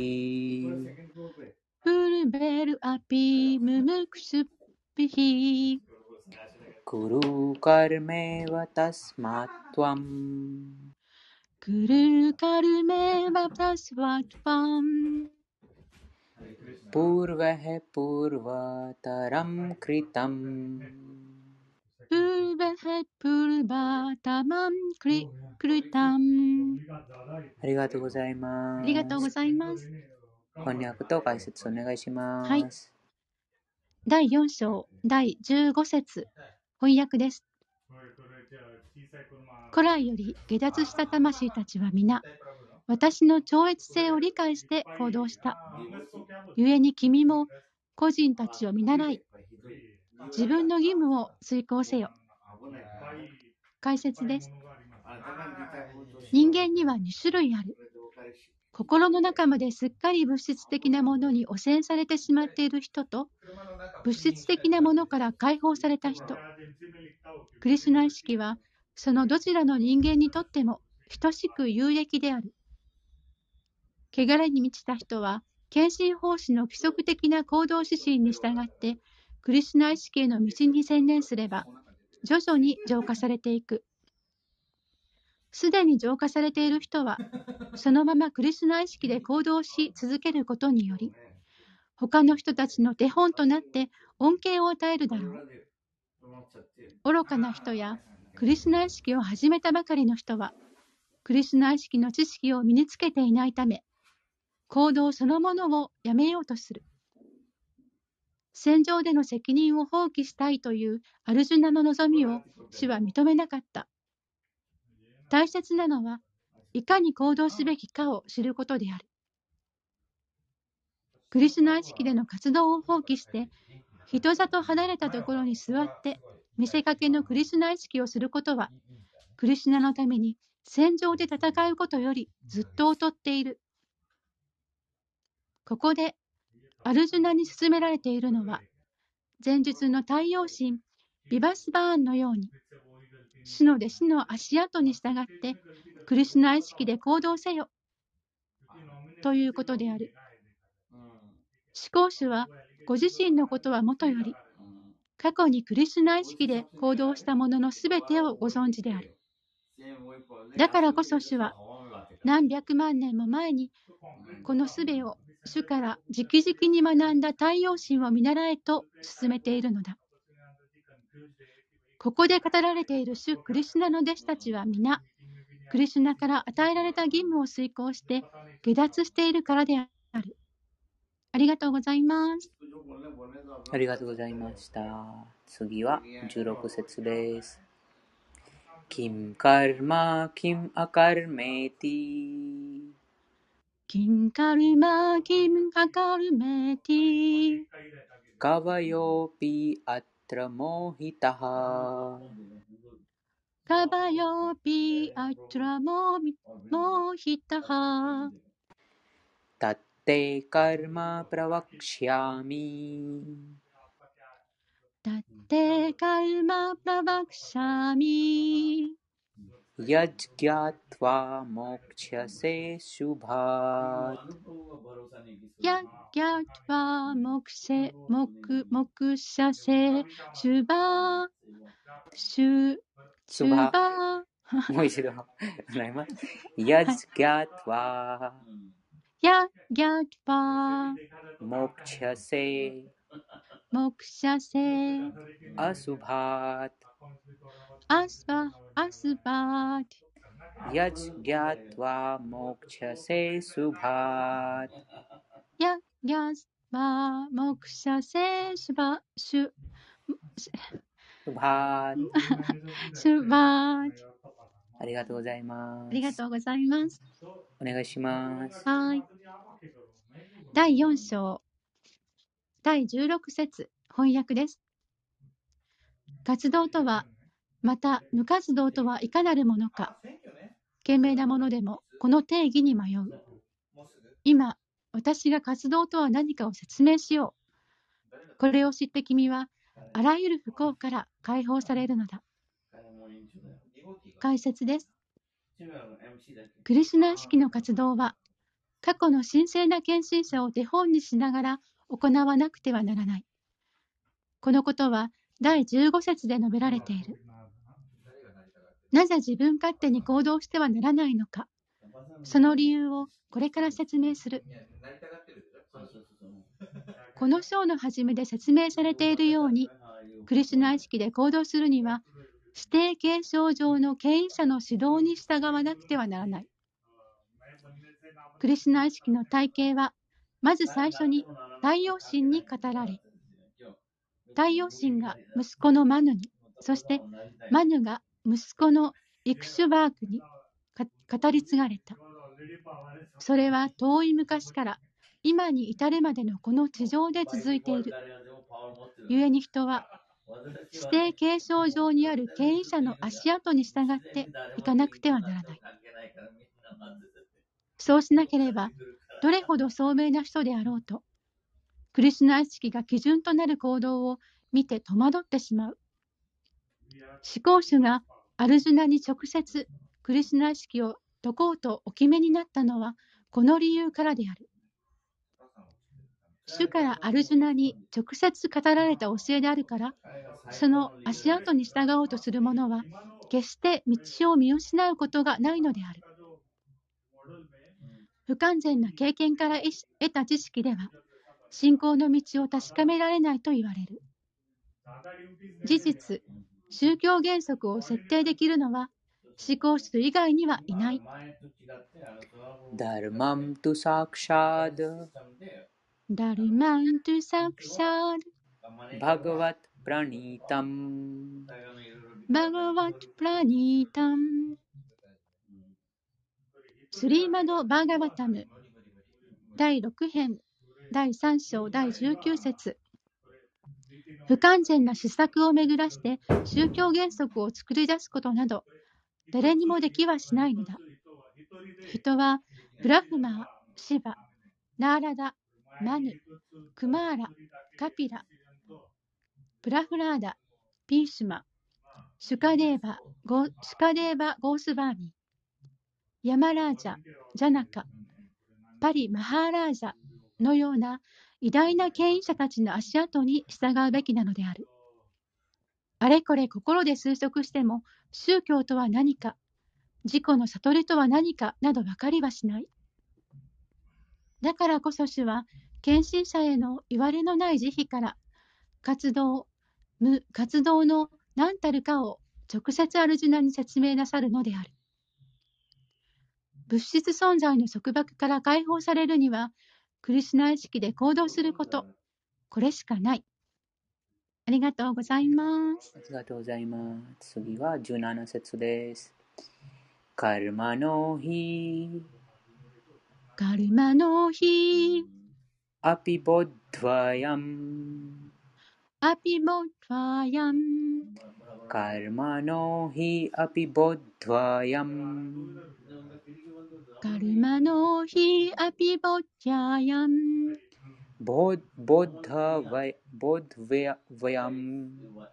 पूर्वैर् अपि मुमुक्षुभिः कुरु कर्मेव तस्मात् त्वम् कुरु कर्मेव तस्मात्त्वम् पूर्वः पूर्वतरं कृतं पूर्वः पूर्वतमं कृतं。 ありがとうございます。 ありがとうございます。 翻訳と解説お願いします。 はい。だいよん章だいじゅうご節翻訳です。古来より下脱した魂たちは皆、私の超越性を理解して行動した。故に君も個人たちを見習い、自分の義務を遂行せよ。解説です。人間にはに種類ある。心の中まですっかり物質的なものに汚染されてしまっている人と、物質的なものから解放された人。クリシュナ意識は、そのどちらの人間にとっても等しく有益である。汚れに満ちた人は、献身奉仕の規則的な行動指針に従って、クリシュナ意識への道に専念すれば、徐々に浄化されていく。すでに浄化されている人は、そのままクリシュナ意識で行動し続けることにより、他の人たちの手本となって恩恵を与えるだろう。愚かな人やクリシュナ意識を始めたばかりの人は、クリシュナ意識の知識を身につけていないため、行動そのものをやめようとする。戦場での責任を放棄したいというアルジュナの望みを主は認めなかった。大切なのは、いかに行動すべきかを知ることである。クリシュナ意識での活動を放棄して、人里離れたところに座って見せかけのクリシュナ意識をすることは、クリシュナのために戦場で戦うことよりずっと劣っている。ここでアルジュナに勧められているのは、前述の太陽神ビバスバーンのように、主の弟子の足跡に従ってクリシュナ意識で行動せよということである。思考主はご自身のことはもとより、過去にクリシュナ意識で行動したもののすべてをご存知である。だからこそ主は何百万年も前にこのすべを主から直々に学んだ太陽神を見習えと勧めているのだ。ここで語られている主クリシュナの弟子たちは皆、クリシュナから与えられた義務を遂行して下脱しているからである。ありがとうございます。 ありがとうございました。次はじゅうろく節です。キムカルマキムアカルメティキンカルマキムアカルメティカバヨピアトラモヒタハカバヨピアトラモヒタハタッテカルマプラワクシャミタッテカルマプラワクシャミヤジギャトワモクチャセシュバーヤギャトワモクシャモクモクシャセシュバーシュシュバーもう一度ございます。ヤジギャトワヤギャトワモクチャセモクシャセアスバーアスバアスバーヤジギャトワモクチャセシュバーヤギャトワモクシャセシュバシュシュバーシュバーありがとうございます。 ありがとうございます。 お願いします。 はい。だいよん章だいじゅうろく節翻訳です。活動とは、また無活動とはいかなるものか。賢明なものでもこの定義に迷う。今、私が活動とは何かを説明しよう。これを知って君は、 あらゆる不幸から解放されるのだ。解説です。クリシュナ意識の活動は、過去の神聖な献身者を手本にしながら行わなくてはならない。このことはだいじゅうご節で述べられている。なぜ自分勝手に行動してはならないのか。その理由をこれから説明する。この章の初めで説明されているように、クリシュナ意識で行動するには、指定継承上の権威者の指導に従わなくてはならない。クリシュナ意識の体系は、まず最初に太陽神に語られ、太陽神が息子のマヌに、そしてマヌが息子のイクシュバークに語り継がれた。それは遠い昔から今に至るまでのこの地上で続いている。故に人は指定継承上にある権威者の足跡に従っていかなくてはならない。そうしなければ、どれほど聡明な人であろうと、クリシュナ意識が基準となる行動を見て戸惑ってしまう。思考主がアルジュナに直接クリシュナ意識を説こうとお決めになったのはこの理由からである。主からアルジュナに直接語られた教えであるから、その足跡に従おうとする者は決して道を見失うことがないのである。不完全な経験から得た知識では信仰の道を確かめられないと言われる。事実、宗教原則を設定できるのは思考主以外にはいない。 ダルマントゥサクシャドダルマントゥサクシャドバガワップラニータムバガワットプラニータムスリーマド・バーガバタムだいろく編だいさん章だいじゅうきゅう節。不完全な施策を巡らして宗教原則を作り出すことなど誰にもできはしないのだ。人はブラフマー、シバ、ナーラダ、マヌ、クマーラ、カピラ、プラフラーダ、ピーシュマ、シュカデーバ、ゴシュカデーバ・ゴースバーミ、ヤマラージャ、ジャナカ、パリ・マハーラージャのような偉大な権威者たちの足跡に従うべきなのである。あれこれ心で推測しても宗教とは何か、自己の悟りとは何かなど分かりはしない。だからこそ主は献身者へのいわれのない慈悲から活動、無活動の何たるかを直接アルジュナに説明なさるのである。物質存在の束縛から解放されるにはクリシュナ意識で行動すること、これしかない。ありがとうございます。 ありがとうございます。次はじゅうなな節です。カルマノヒカルマノヒアピボッドワヤンアピボットワヤンカルマノヒアピボッドワヤンカルマノヒアピボットワヤンボッボッダワイボッドヴァヤン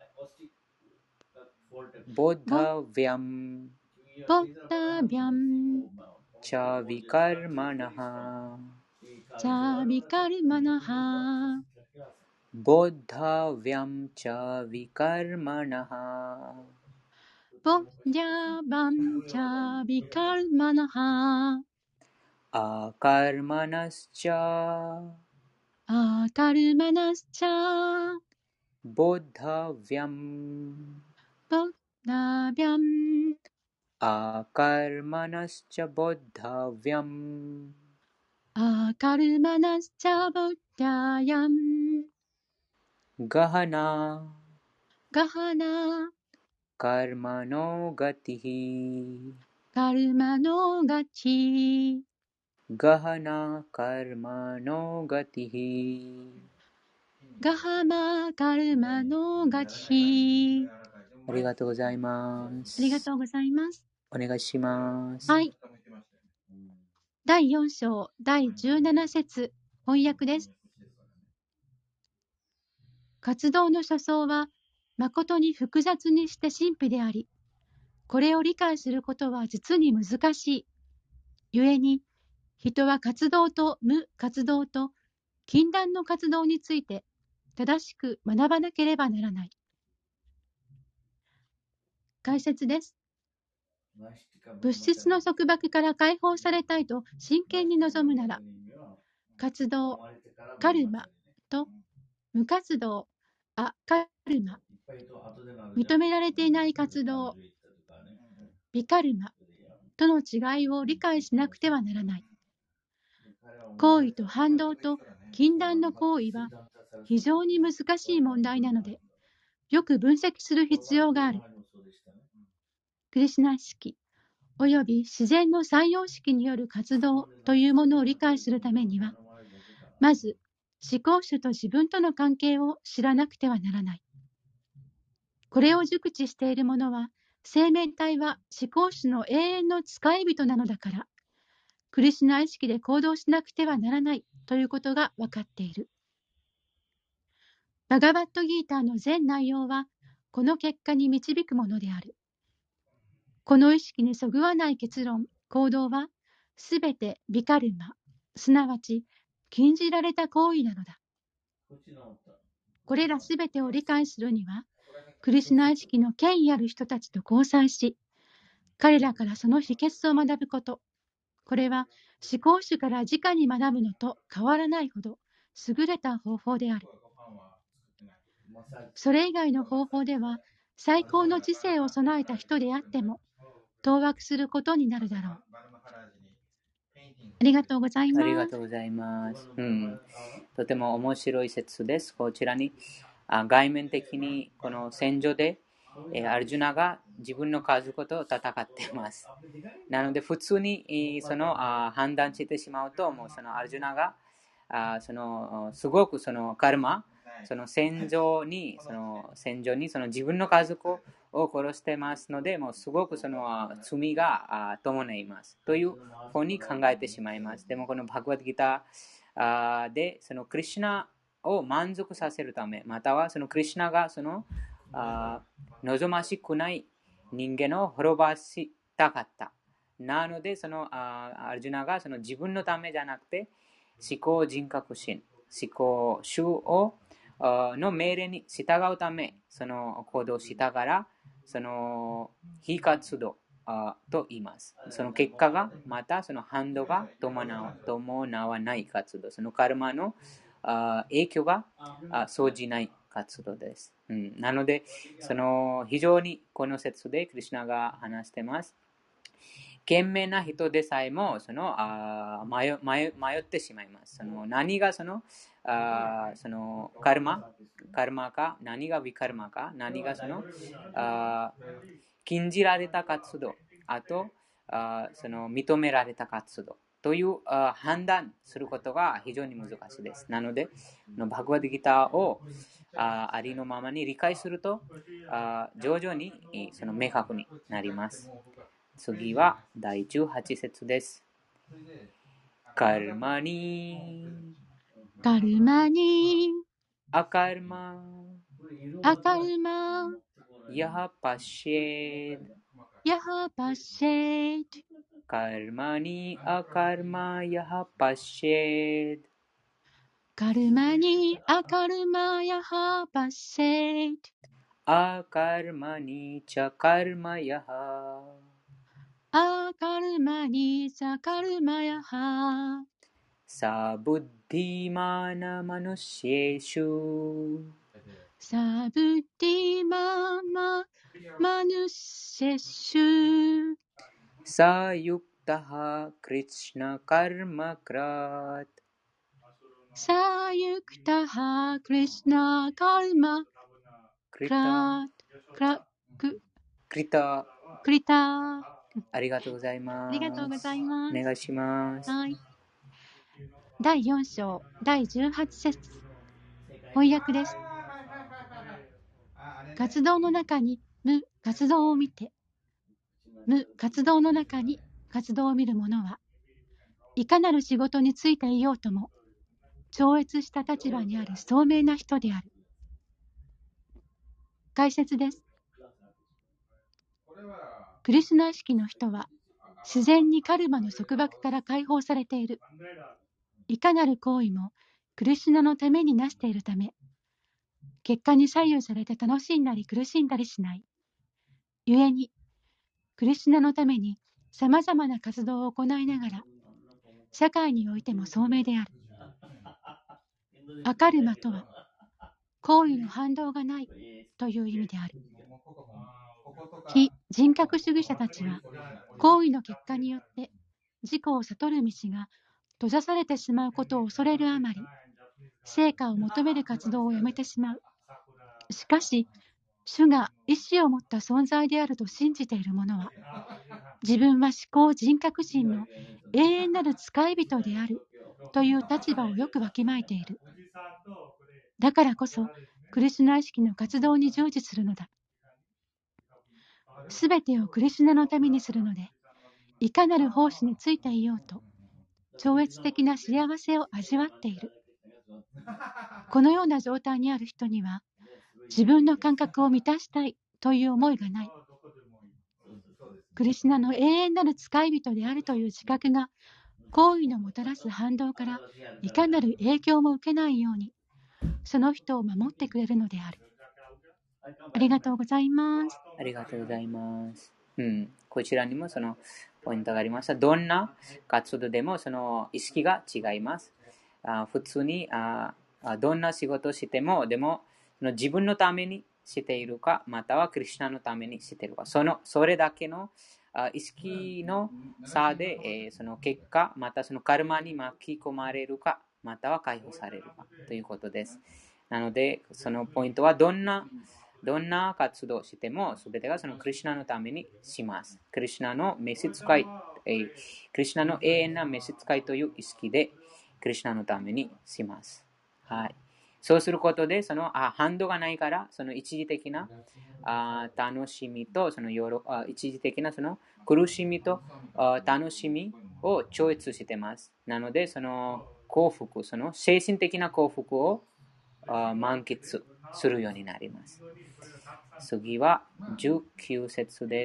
ボッダヴヤンボッタビャンチャヴィカルマナハチャビカルマナハボッダヴヤンチャヴィカルマナハボッジャバンチャビカルマナハアカルマナスチャアカルマナスチャボッダヴヤンボッタビャンアカルマナスチャボッダヴヤンアカルマナスチャボッタヤンガハナガハナカルマノガティヒカルマノガチガハナカルマノガティヒガハマカルマノガチ。 ありがとうございまありがす。 とうございます。 お願いします。 はい。だいよん章だいじゅうなな節翻訳です。 活動の初相は誠に複雑にして神秘であり、これを理解することは実に難しい。故に、人は活動と無活動と禁断の活動について正しく学ばなければならない。解説です。物質の束縛から解放されたいと真剣に望むなら、活動、カルマと無活動、アカルマ、認められていない活動、ビカルマとの違いを理解しなくてはならない。行為と反動と禁断の行為は非常に難しい問題なので、よく分析する必要がある。クリシュナ意識および自然の三様式による活動というものを理解するためには、まず思考主と自分との関係を知らなくてはならない。これを熟知している者は、生命体は思考主の永遠の使い人なのだから、クリシュナ意識で行動しなくてはならないということが分かっている。バガバットギーターの全内容は、この結果に導くものである。この意識にそぐわない結論、行動は、すべてビカルマ、すなわち禁じられた行為なのだ。これらすべてを理解するには、クリシュナ意識の権威ある人たちと交際し、彼らからその秘訣を学ぶこと。これは思考主から直に学ぶのと変わらないほど優れた方法である。それ以外の方法では、最高の知性を備えた人であっても、当惑することになるだろう。ありがとうございます。 ありがとうございます。うん、とても面白い説です。こちらにあ外面的にこの戦場で、えーアルジュナが自分の家族と戦っています。なので普通にえーそのあ判断してしまうと、もうそのアルジュナがあそのすごくそのカルマ、その戦場にその戦場にその自分の家族を殺してますので、もうすごくそのあ罪があ伴いますというふうに考えてしまいます。でもこのバグワッドギターあでそのクリシュナを満足させるため、またはそのクリシュナがそのあ望ましくない人間を滅ぼしたかった。なのでそのあアルジュナがその自分のためじゃなくて、思考人格心、思考主をの命令に従うためその行動したから、その非活動と言います。その結果がまたその反動が伴わない活動、そのカルマの影響が生じない活動です。うん、なのでその非常にこの説でクリシュナが話しています。賢明な人でさえもそのあ 迷, 迷, 迷ってしまいます。その何がそのあそのカルマ、カルマか、何がビカルマか、何がそのあ禁じられた活動、あとあその認められた活動というあ判断することが非常に難しいです。なので、バグワッドギターを あ, ありのままに理解すると、あ徐々にその明確になります。次はだいじゅうはち節です。カルマニカルマニアカルマアカルマヤハパシェードヤハパシェードカルマニアカルマヤハパシェードカルマニアカルマヤハパシェードアカルマニチャカルマヤハアカルマニチャカルマヤハサブッディマナマヌシェシュサブッディマママヌシェシュサユクタハクリシナカルマクラートサユクタハクリシナカルマクリクラタクラククリタクリタありがとうございます。 ありがとうございます。 お願いします。 はい。だいよん章だいじゅうはち節翻訳です。活動の中に無活動を見て、無活動の中に活動を見る者はいかなる仕事に就いていようとも超越した立場にある聡明な人である。 解説です。クリシュナ意識の人は自然にカルマの束縛から解放されている。いかなる行為もクリシュナのためになしているため、結果に左右されて楽しんだり苦しんだりしない。故に、クリシュナのために様々な活動を行いながら、社会においても聡明である。アカルマとは、行為の反動がないという意味である。非人格主義者たちは、行為の結果によって自己を悟る道が閉ざされてしまうことを恐れるあまり、成果を求める活動をやめてしまう。しかし、主が意志を持った存在であると信じている者は、自分は思考人格心の永遠なる使い人であるという立場をよくわきまえている。だからこそ、クリシュナ意識の活動に従事するのだ。すべてをクリシュナのためにするので、いかなる奉仕についていようと、超越的な幸せを味わっている。このような状態にある人には、自分の感覚を満たしたいという思いがない。クリシュナの永遠なる使い人であるという自覚が、行為のもたらす反動からいかなる影響も受けないように、その人を守ってくれるのである。ありがとうございます。 ありがとうございます。うん、こちらにもそのポイントがありました。どんな活動でもその意識が違います。あ普通にあどんな仕事をしても、でもその自分のためにしているか、またはクリシュナのためにしているか、そのそれだけのあ意識の差で、えー、その結果、またそのカルマに巻き込まれるか、または解放されるかということです。なので、そのポイントはどんなどんな活動をしても、すべてがそのクリシュナのためにします。クリシュナの召使い、えー、クリシュナの永遠な召使いという意識で、クリシュナのためにします。はい。そうすることで、そのあ反動がないから、その一時的なあ楽しみと、そのあ一時的なその苦しみとあ楽しみを超越してます。なので、その幸福、その精神的な幸福をあ満喫するようになります。次はじゅうきゅう節です。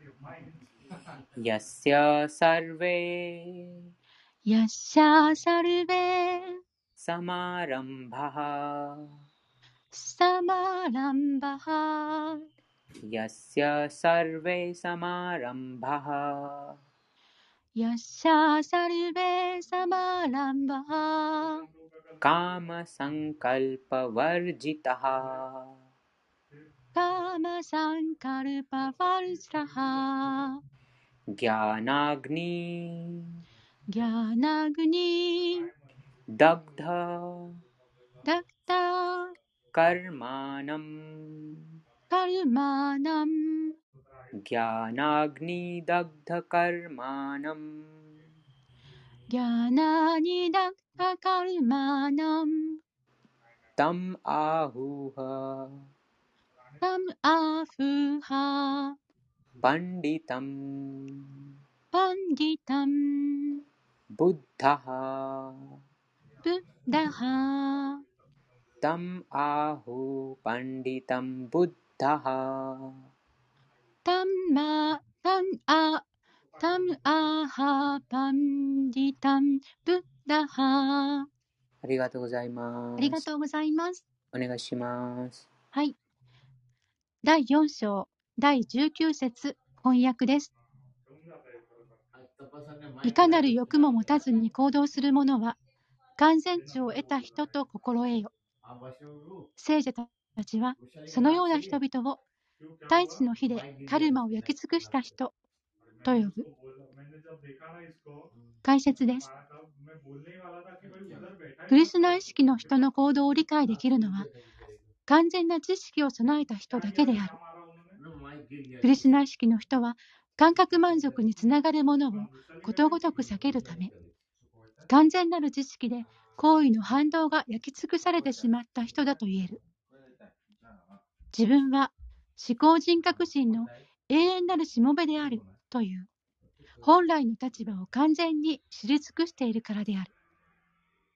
やすやサルベやっしゃサルベサマランバハサマランバハやすやサルベサマランバハやっしゃサルベサマランバハカマサンカルパワルジタハカマサンカルパワルジタハギャナグニギャナグニダグダダクタカルマナムカルマナムギャナグニダグダカルマナムギャナニダクタカルマナムタムアフハタムアフハパンディタムパンディタムブッダハブッダハタムアフパンディタムブッダハタンマタンアタムアハパンディタンブッダハ。 ありがとうございます。 ありがとうございます。 お願いします。 はい。だいよん章だいじゅうきゅう節翻訳です。いかなる欲も持たずに行動する者は完全知を得た人と心得よ。聖者たちはそのような人々を大地の火でカルマを焼き尽くした人と呼ぶ。解説です。クリシュナ意識の人の行動を理解できるのは完全な知識を備えた人だけである。クリシュナ意識の人は感覚満足につながるものをことごとく避けるため、完全なる知識で行為の反動が焼き尽くされてしまった人だと言える。自分は思考人格心の永遠なるしもべであるという本来の立場を完全に知り尽くしているからである。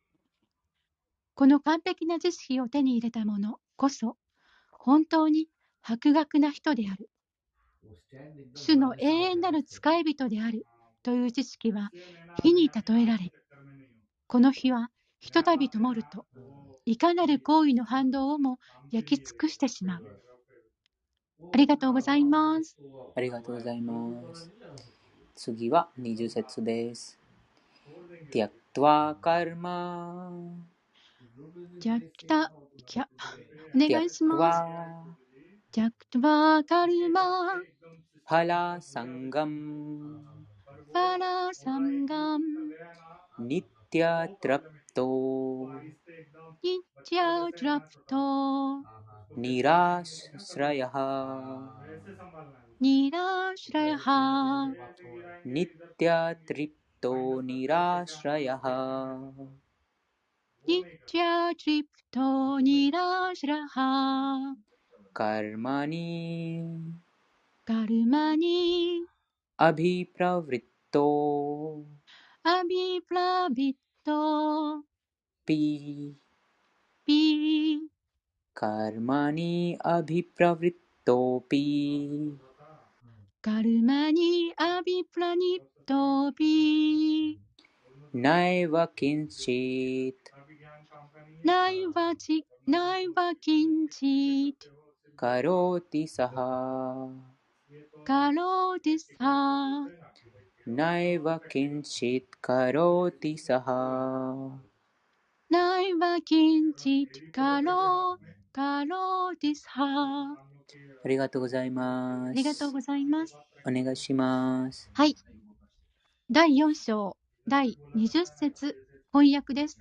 この完璧な知識を手に入れた者こそ本当に博学な人である。主の永遠なる使い人であるという知識は火に例えられ、この火はひとたび灯ると、いかなる行為の反動をも焼き尽くしてしまう。ありがとうございます。 ありがとうございます。次はにじゅう節です。ティアクトワカルマ。 じゃあ、きた、きゃ、お願いします。ジャクトワカルマ。 ファラサンガム。 ファラサンガム。 ニティアトラプト。 ニティアトラプト。 ニラシュラヤハ。 ニラシュラヤハ。 ニティアトリプトニラシュラヤハ。 ニティアトリプトニラシュラハ。 カルマニ。 カルマニ。 アビプラヴリット。 アビプラヴィット。 ピ。 ピ。 カルマニアビプラヴリットピ。 カルマニアビプラニットピ。 ナイワキンチット。 ナイワチ、ナイワキンチット。 カロティサハ。 カロティサ。 ナイワキンチットカロティサハ。 ナイワキンチットカロ、カロティサ。 ありがとうございます。 ありがとうございます。 お願いします。 はい。だいよん章だいにじゅう節翻訳です。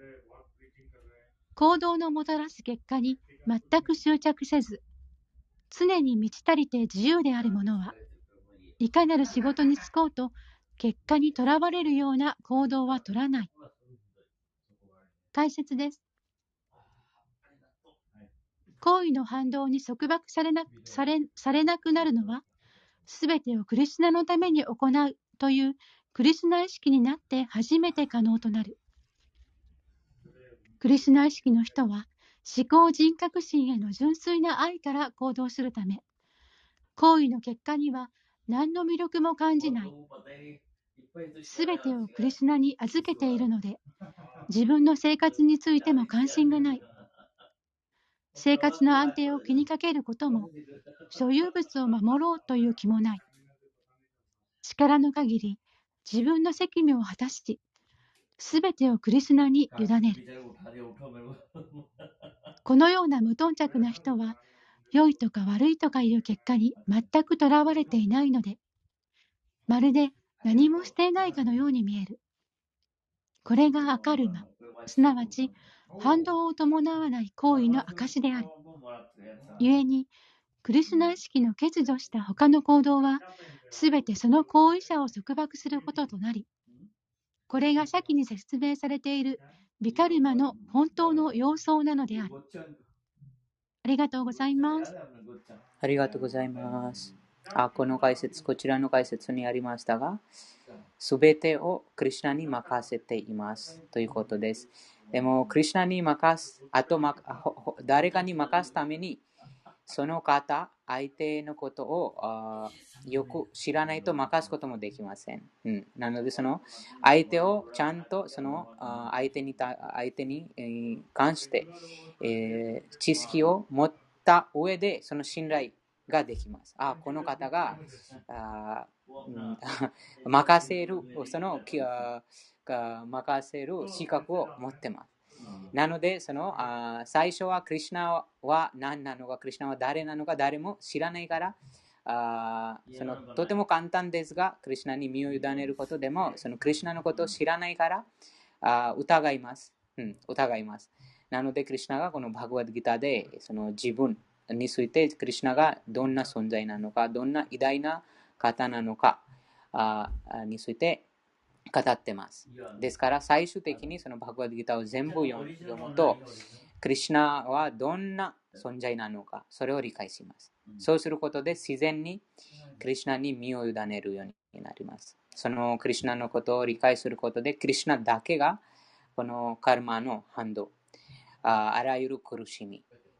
行動のもたらす結果に全く執着せず、常に満ち足りて自由である者は、いかなる仕事に就こうと結果にとらわれるような行動は取らない。解説です。行為の反動に束縛されな、され、されなくなるのは、すべてをクリシュナのために行うというクリシュナ意識になって初めて可能となる。クリシュナ意識の人は思考人格心への純粋な愛から行動するため、行為の結果には何の魅力も感じない。すべてをクリシュナに預けているので、自分の生活についても関心がない。生活の安定を気にかけることも、所有物を守ろうという気もない。力の限り自分の責務を果たし、すべてをクリシュナに委ねる。このような無頓着な人は、良いとか悪いとかいう結果に全くとらわれていないので、まるで何もしていないかのように見える。これがアカルマ、すなわち反動を伴わない行為の証である。故に、クリシュナ意識の欠如した他の行動は、すべてその行為者を束縛することとなり、これが先に説明されているビカルマの本当の様相なのである。ありがとうございます。 ありがとうございます。あ、この解説、こちらの解説にありましたが、すべてをクリシュナに任せていますということです。でも、クリシュナに任す、あと誰かに任すために、その方、相手のことをあよく知らないと任すこともできません。うん、なので、その相手をちゃんとその相手に相手に、えー、関して、えー、知識を持った上でその信頼ができます。あ、この方があ、うん、任せるその任せる資格を持ってます。なので、そのあ最初はクリシュナは何なのか、クリシュナは誰なのか、誰も知らないから、あそのとても簡単ですが、クリシュナに身を委ねることでも、そのクリシュナのことを知らないからあ疑います、うん。疑います。なので、クリシュナがこのバグワッドギターでその自分について、クリシュナがどんな存在なのか、どんな偉大な方なのかあについて語ってます。ですから最終的にそのバグワッドギターを全部読むと、クリシュナはどんな存在なのか、それを理解します。そうすることで自然にクリシュナに身を委ねるようになります。そのクリシュナのことを理解することで、クリシュナだけがこのカルマの反動、あ, あらゆる苦しみ、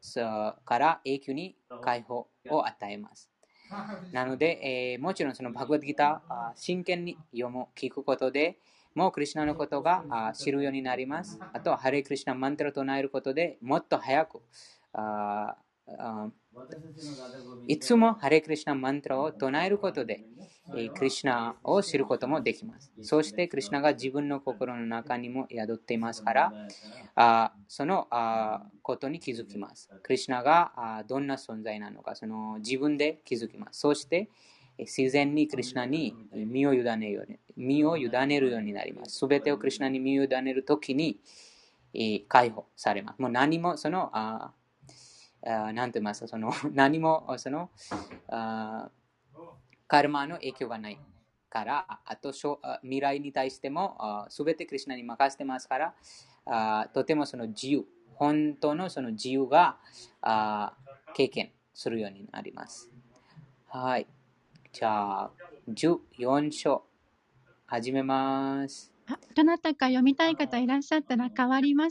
から永久に解放を与えます。なので、えー、もちろんそのバグワッドギター、真剣に読む、聞くことで、もうクリシュナのことが知るようになります。あとはハレクリシュナマントラを唱えることでもっと早く、ああいつもハレクリシュナマントラを唱えることで、クリシュナを知ることもできます。そしてクリシュナが自分の心の中にも宿っていますから、あそのあことに気づきます。クリシュナがあどんな存在なのか、その自分で気づきます。そして自然にクリシュナに身を委ねるように、身を委ねるようになります。すべてをクリシュナに身を委ねるときに解放されます。もう何もそのああなんて言いますか、その何もそのあカルマの影響がないから、あと未来に対してもすべてクリシュナに任せてますから、あとてもその自由、本当のその自由があ経験するようになります。はい。じゃあ、じゅうよん章始めます。 あ、どなたか読みたい方いらっしゃったら変わります。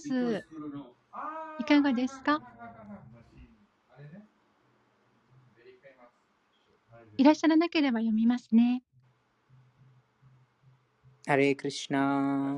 いかがですか？いらっしゃらなければ読みますね。 ハレクリシュナ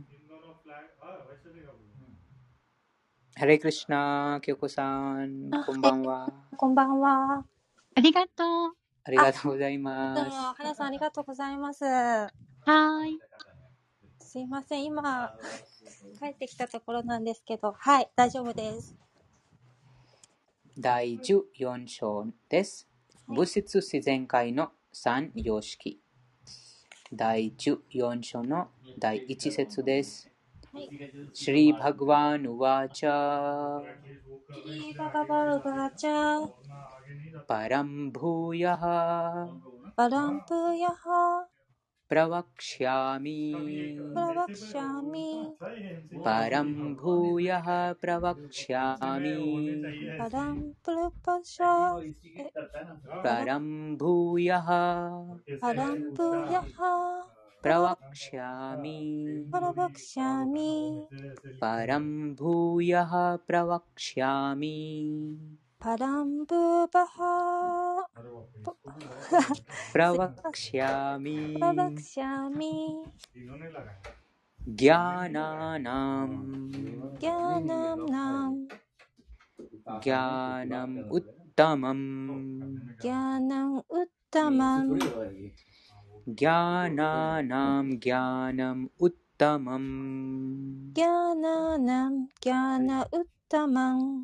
ハレクリシュナ、京子さん、こんばんは。 こんばんは。 ありがとう。 ありがとうございます。 どうも、花さんありがとうございます。 はーい。 すいません、今、帰ってきたところなんですけど、はい、大丈夫です。 だいじゅうよん章です。物質自然界の三様式。だいじゅうよん章のだいいち節です。シリバグワンウワチャシリバガバルバチャパランブーヤハバランプーヤハプラワクシャミプラワクシャミパランブーヤハプラワクシャミバランプルパシャパランブーヤハバランプーヤハプラワクシャミパラワクシャミパランブーヤハプラワクシャミパランブーバハプラワクシャミプラワクシャミギャナナムギャナムナムギャナムウッタマンギャナムウッタマンギャナナムギャナムウッタマンギャナナムギャナウッタマン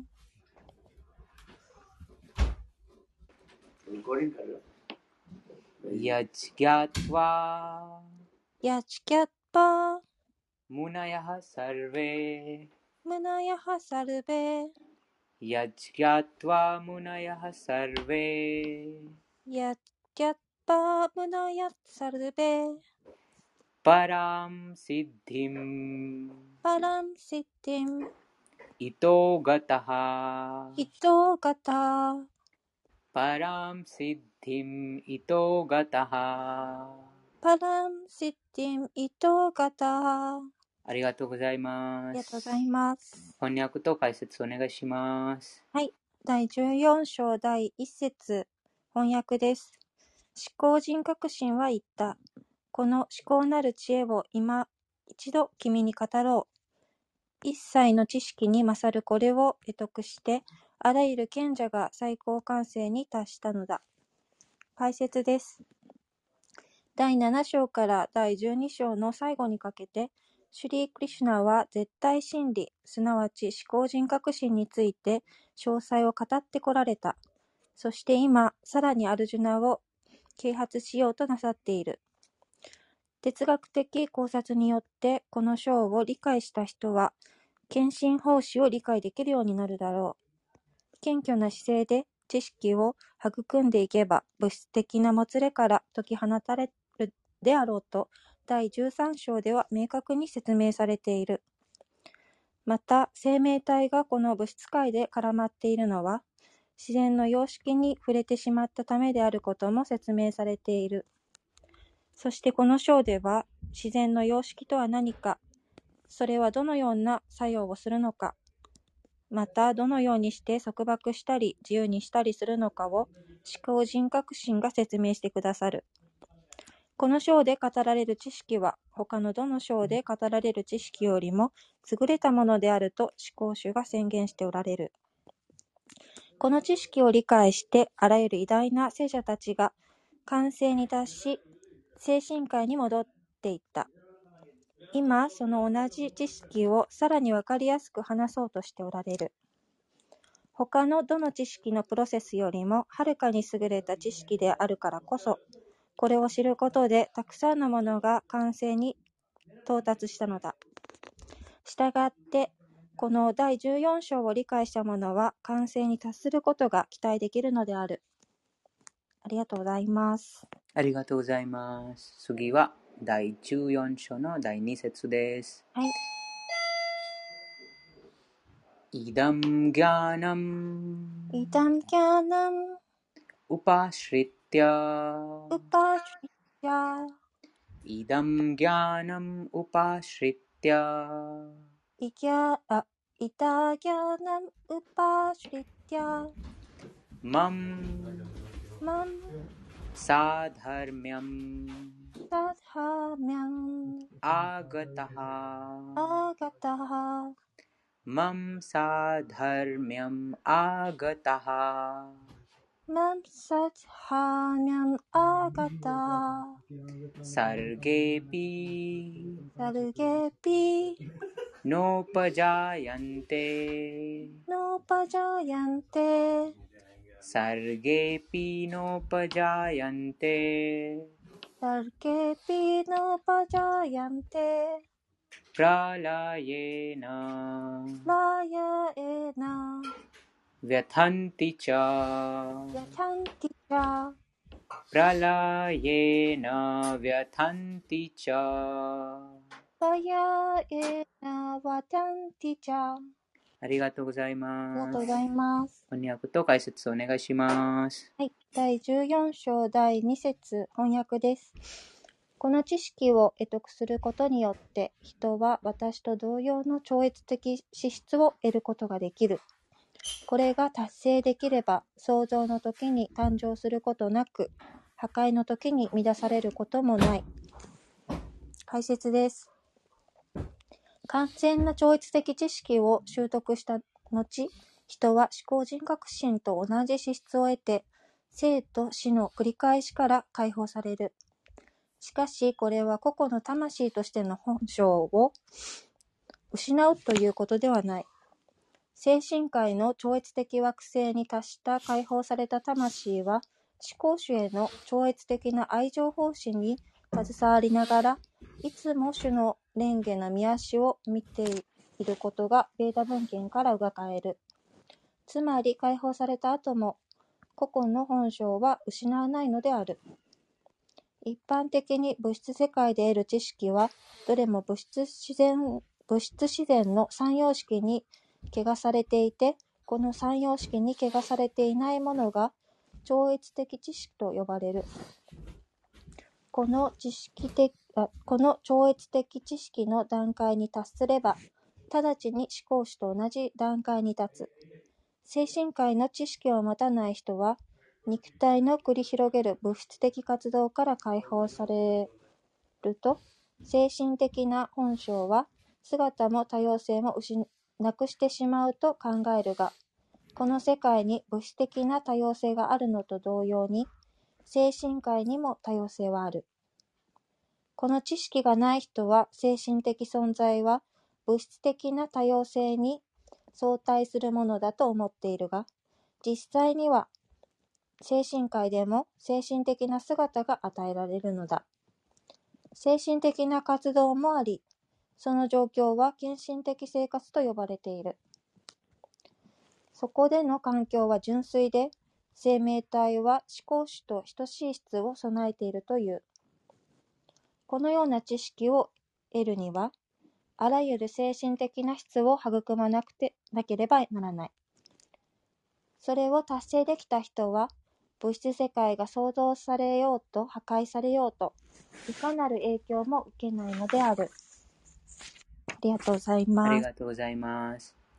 ヤチギャトワヤチキャッパムナヤハサルベムナヤハサルベヤチギャトワムナヤハサルベヤチキャッパムナヤサルベパラムシッディムパラムシッティムイトガタハイトガタパラムシッディムイトガタハパラムシッティムイトガタありがとうございます。 ありがとうございます。 翻訳と解説お願いします。 はい。だいじゅうよん章だいいち節翻訳です。思考人格心は言った。この思考なる知恵を今一度君に語ろう。一切の知識に勝るこれを得得して、あらゆる賢者が最高完成に達したのだ。解説です。だいなな章からだいじゅうに章の最後にかけて、シュリー・クリシュナは絶対真理、すなわち思考人格心について詳細を語ってこられた。そして今、さらにアルジュナを啓発しようとなさっている。哲学的考察によってこの章を理解した人は、献身奉仕を理解できるようになるだろう。謙虚な姿勢で知識を育んでいけば、物質的なもつれから解き放たれるであろうと、だいじゅうさん章では明確に説明されている。また、生命体がこの物質界で絡まっているのは、自然の様式に触れてしまったためであることも説明されている。そしてこの章では、自然の様式とは何か、それはどのような作用をするのか、 またどのようにして束縛したり自由にしたりするのかを思考人格心が説明してくださる。この章で語られる知識は他のどの章で語られる知識よりも優れたものであると思考主が宣言しておられる。この知識を理解してあらゆる偉大な聖者たちが完成に達し精神界に戻っていった。今その同じ知識をさらにわかりやすく話そうとしておられる。他のどの知識のプロセスよりもはるかに優れた知識であるからこそ、これを知ることでたくさんのものが完成に到達したのだ。したがって、このだいじゅうよん章を理解した者は完成に達することが期待できるのである。ありがとうございます。 ありがとうございます。次はだいじゅうよん章のだいに節です。 はい。 イダムギャナムイダムギャナムウパシリティアウパシリティアイダムギャナムウパシリティアイギャあイダギャナムウパシリティアマンマンサダルミャムサダミャンアガタハアガタハマンサダルミャムアガタハマンサダミャンアガタサルゲピサルゲピノパジャヤンテノパジャヤンテサルゲピノパジャヤンテサルゲピノパジャヤンテプラライエナラヤエナヴィャタンティチャヤタンティチャプラライエナヴィャタンティチャラヤエナワタンティチャ。 ありがとうございありがます。 とうございます。 翻訳と解説お願いします。 はい。だいじゅうよん章だいに節翻訳です。この知識を得得することによって人は私と同様の超越的資質を得ることができる。これが達成できれば創造の時に誕生することなく破壊の時に乱されることもない。解説です。完全な超越的知識を習得した後、人は思考人格心と同じ資質を得て生と死の繰り返しから解放される。しかしこれは個々の魂としての本性を失うということではない。精神界の超越的惑星に達した解放された魂は思考主への超越的な愛情奉仕に携わりながらいつも主の蓮華な御足を見ていることがベーダ文献からうかがえる。つまり解放された後も個々の本性は失わないのである。一般的に物質世界で得る知識はどれも物質自然、物質自然の三様式に汚されていて、この三様式に汚されていないものが超越的知識と呼ばれる。この知識的、あ、この超越的知識の段階に達すれば、直ちに思考主と同じ段階に立つ。精神界の知識を持たない人は、肉体の繰り広げる物質的活動から解放されると、精神的な本性は姿も多様性も失なくしてしまうと考えるが、この世界に物質的な多様性があるのと同様に、精神界にも多様性はある。この知識がない人は、精神的存在は物質的な多様性に相対するものだと思っているが、実際には精神界でも精神的な姿が与えられるのだ。精神的な活動もあり、その状況は献身的生活と呼ばれている。そこでの環境は純粋で、生命体は思考主と等しい質を備えているという。このような知識を得るには、あらゆる精神的な質を育まなくてなければならない。それを達成できた人は、物質世界が創造されようと破壊されようと、いかなる影響も受けないのである。ありがとうございます。 ありがとうございます。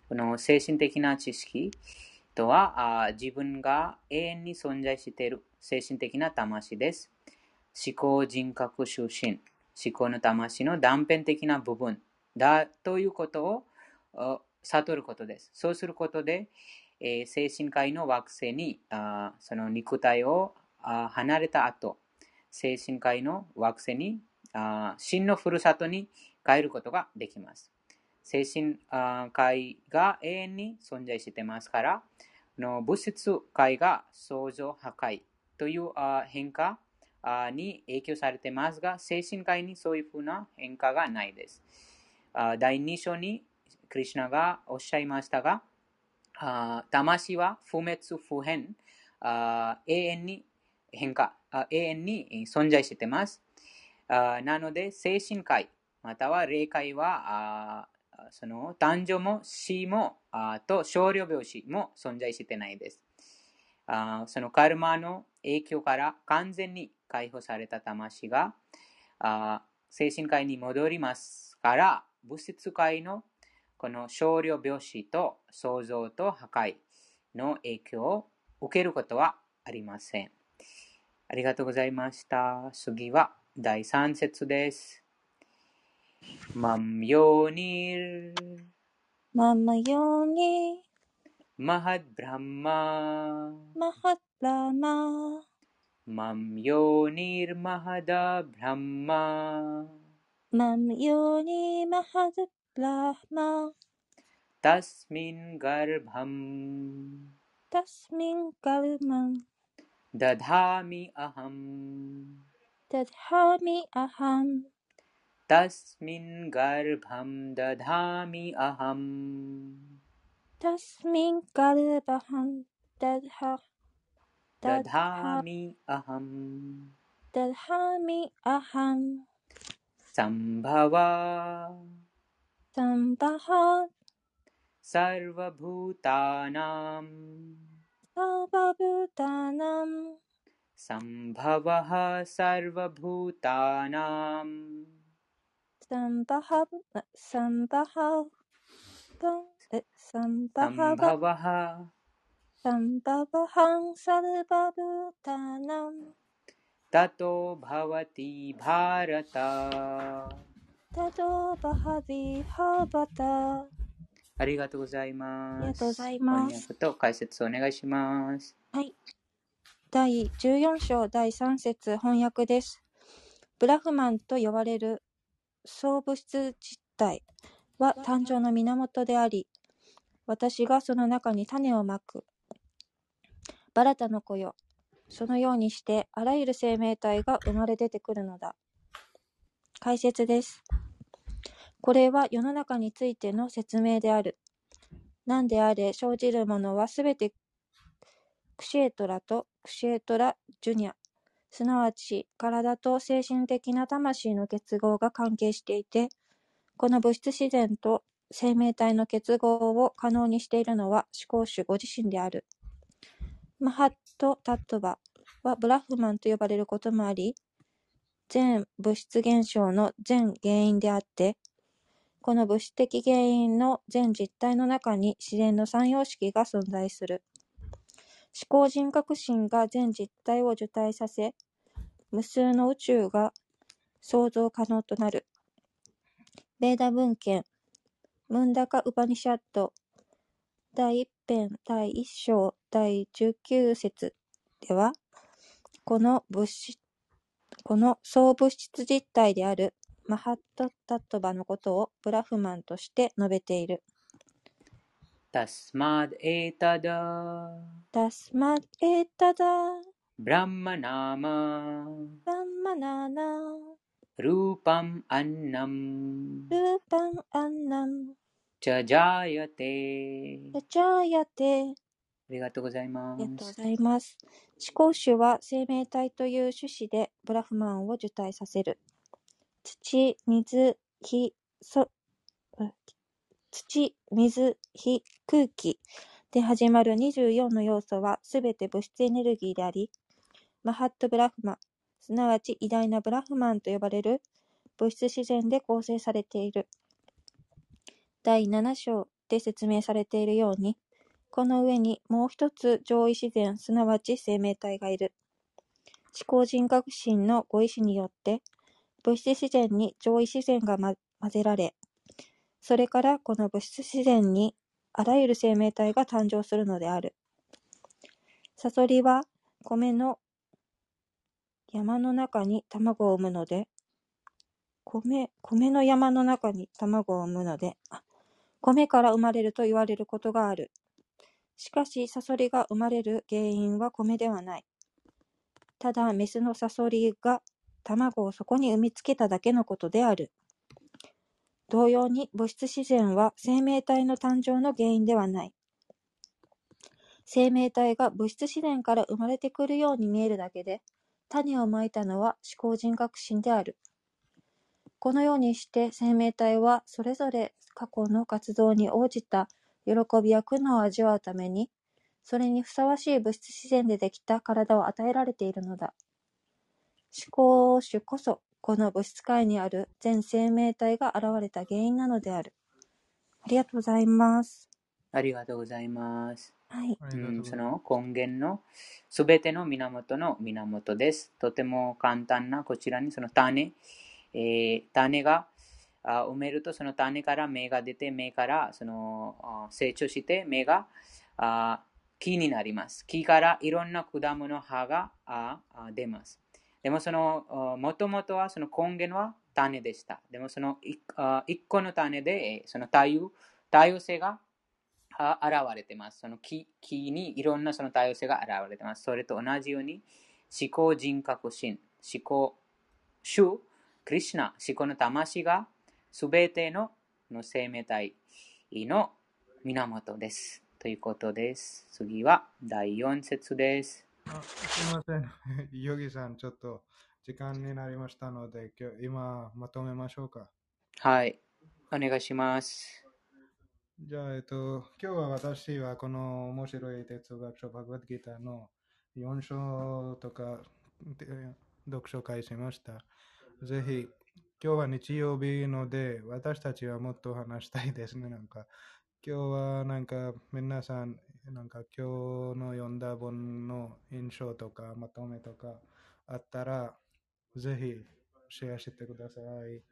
この精神的な知識とは、あ自分が永遠に存在している精神的な魂です。思考人格出身、思考の魂の断片的な部分だということをあ悟ることです。そうすることで、えー精神界の惑星にあその肉体をあ離れた後、精神界の惑星にあ真のふるさとに帰ることができます。精神あ界が永遠に存在していますから、あの物質界が創造破壊というあ変化あに影響されていますが、精神界にそういうふうな変化がないです。あ第二章にクリシュナがおっしゃいましたが、あ魂は不滅不変、あ永遠に変化、あ永遠に存在しています。あなので、精神界または霊界は、あその誕生も死もあと少量病死も存在してないです。あそのカルマの影響から完全に解放された魂があ精神界に戻りますから、物質界のこの少量病死と創造と破壊の影響を受けることはありません。ありがとうございました。次はだいさん節です。マンヨーニルママヨニマハッブランママハラママンヨーニルマハダブランママムヨニマハダラマタスミンガルバムタスミンガルマンダダミアハムダハミアハンタスミンガルバムダダミアハムタスミンガルバハンダハダダダハミアハムダハミアハンサンバワサンバハサルバブータナムサバブタナムサンバワハサルバブータナムサンバハサンバハバンえサンサバハンババワハサンババハンサルバブタナムタトバワティバラタ。 タドバハビハバタ。 ありがとうございます。 ありがとうございます翻訳と解説お願いします。 はい。だいじゅうよん章だいさん節翻訳です。ブラフマンと呼ばれる総物質実体は誕生の源であり、私がその中に種をまく。バラタの子よ。そのようにしてあらゆる生命体が生まれ出てくるのだ。解説です。これは世の中についての説明である。何であれ生じるものはすべてクシェートラとクシェートラジュニア、すなわち体と精神的な魂の結合が関係していて、この物質自然と生命体の結合を可能にしているのは思考主ご自身である。マハット・タットバはブラフマンと呼ばれることもあり、全物質現象の全原因であって、この物質的原因の全実体の中に自然の三様式が存在する。思考人格心が全実体を受体させ、無数の宇宙が創造可能となる。ベーダ文献、ムンダカ・ウパニシャット、第一編第一章第十九節では、この物質、この総物質実体であるマハット・タットバのことをブラフマンとして述べている。 タスマドエタダタスマッエタダブランマナマバンマナナルーパムアンナムルーパンアンナムチャジャヤテ。 ヤチャヤテ。 ありがとうございまありがとうごす。 ざいます。思考主は生命体という趣旨でブラフマンを受体させる。土、水、火、そ、土、水、火、空気で始まるにじゅうよんの要素はすべて物質エネルギーであり、マハットブラフマン、すなわち偉大なブラフマンと呼ばれる物質自然で構成されている。だいなな章って説明されているように、この上にもう一つ上位自然、すなわち生命体がいる。思考人格心のご意志によって、物質自然に上位自然が、ま、混ぜられ、それからこの物質自然にあらゆる生命体が誕生するのである。サソリは米の山の中に卵を産むので、米、米の山の中に卵を産むので、あ米から生まれると言われることがある。しかし、サソリが生まれる原因は米ではない。ただ、メスのサソリが卵をそこに産みつけただけのことである。同様に、物質自然は生命体の誕生の原因ではない。生命体が物質自然から生まれてくるように見えるだけで、種をまいたのは思考人格心である。このようにして生命体はそれぞれ過去の活動に応じた喜びや苦悩を味わうために、それにふさわしい物質自然でできた体を与えられているのだ。思考主こそ、この物質界にある全生命体が現れた原因なのである。ありがとうございます。 ありがとうございます。 はい。 う、 ありがとうんござそいます。 の根源のすべての源の源です。とても簡単なこちらにその種、えー種があ埋めるとその種から芽が出て、芽からそのあ成長して芽があ木になります。木からいろんな果物葉がああ出ます。でもそのもともとはその根源は種でした。でもその一あ一個の種でその多様多様性があ現れています。その 木, 木にいろんなその多様性が現れています。それと同じように思考人格心、思考主、クリシュナ、思考の魂がすべてのの生命体の源です。ということです。次はだいよん節です。 あ、すみません。ヨギさん、ちょっと時間になりましたので、今日今まとめましょうか。 はい、お願いします。 じゃあ、えっと、今日は私はこの面白い哲学書バグワッドギターのよん章とかで読書会しました。ぜひ、今日は日曜日ので、私たちはもっと話したいですね。なんか、今日はなんか皆さん、なんか今日の読んだ本の印象とかまとめとかあったら、ぜひシェアしてください。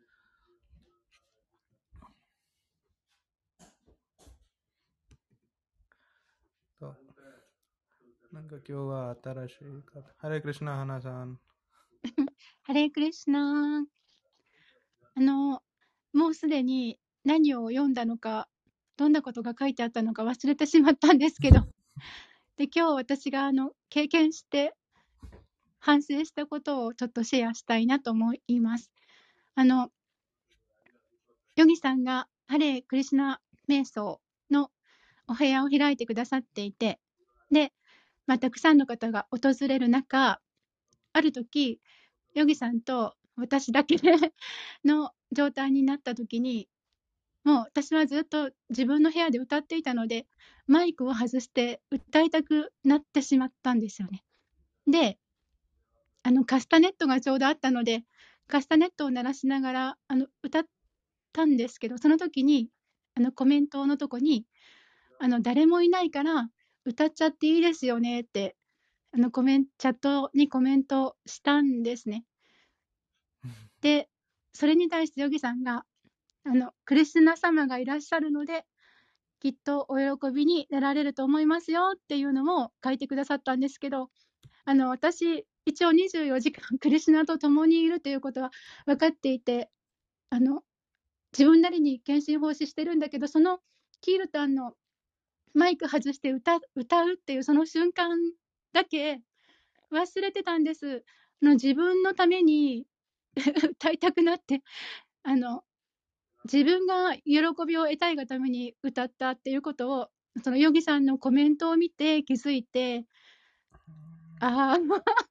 となんか今日は新しい方。ハレクリシナ、花さん。 ハレークリシュナー。あの、もうすでに何を読んだのか、どんなことが書いてあったのか忘れてしまったんですけど、で、今日私があの経験して反省したことをちょっとシェアしたいなと思います。あの、ヨギさんがハレークリシュナ瞑想のお部屋を開いてくださっていて、で、まあ、たくさんの方が訪れる中、ある時、ヨギさんと私だけの状態になった時に、もう私はずっと自分の部屋で歌っていたので、マイクを外して歌いたくなってしまったんですよね。で、あのカスタネットがちょうどあったので、カスタネットを鳴らしながらあの歌ったんですけど、その時にあのコメントのとこに、あの誰もいないから歌っちゃっていいですよねってあのコメンチャットにコメントしたんですね。で、それに対してヨギさんがあのクリスナ様がいらっしゃるのできっとお喜びになられると思いますよっていうのも書いてくださったんですけど、あの私一応にじゅうよじかんクリスナと共にいるということは分かっていて、あの自分なりに献身奉仕してるんだけど、そのキールタンのマイク外して 歌, 歌うっていうその瞬間だけ忘れてたんです。あの自分のために歌いたくなって、あの自分が喜びを得たいがために歌ったっていうことを、そのヨギさんのコメントを見て気づいて、ああ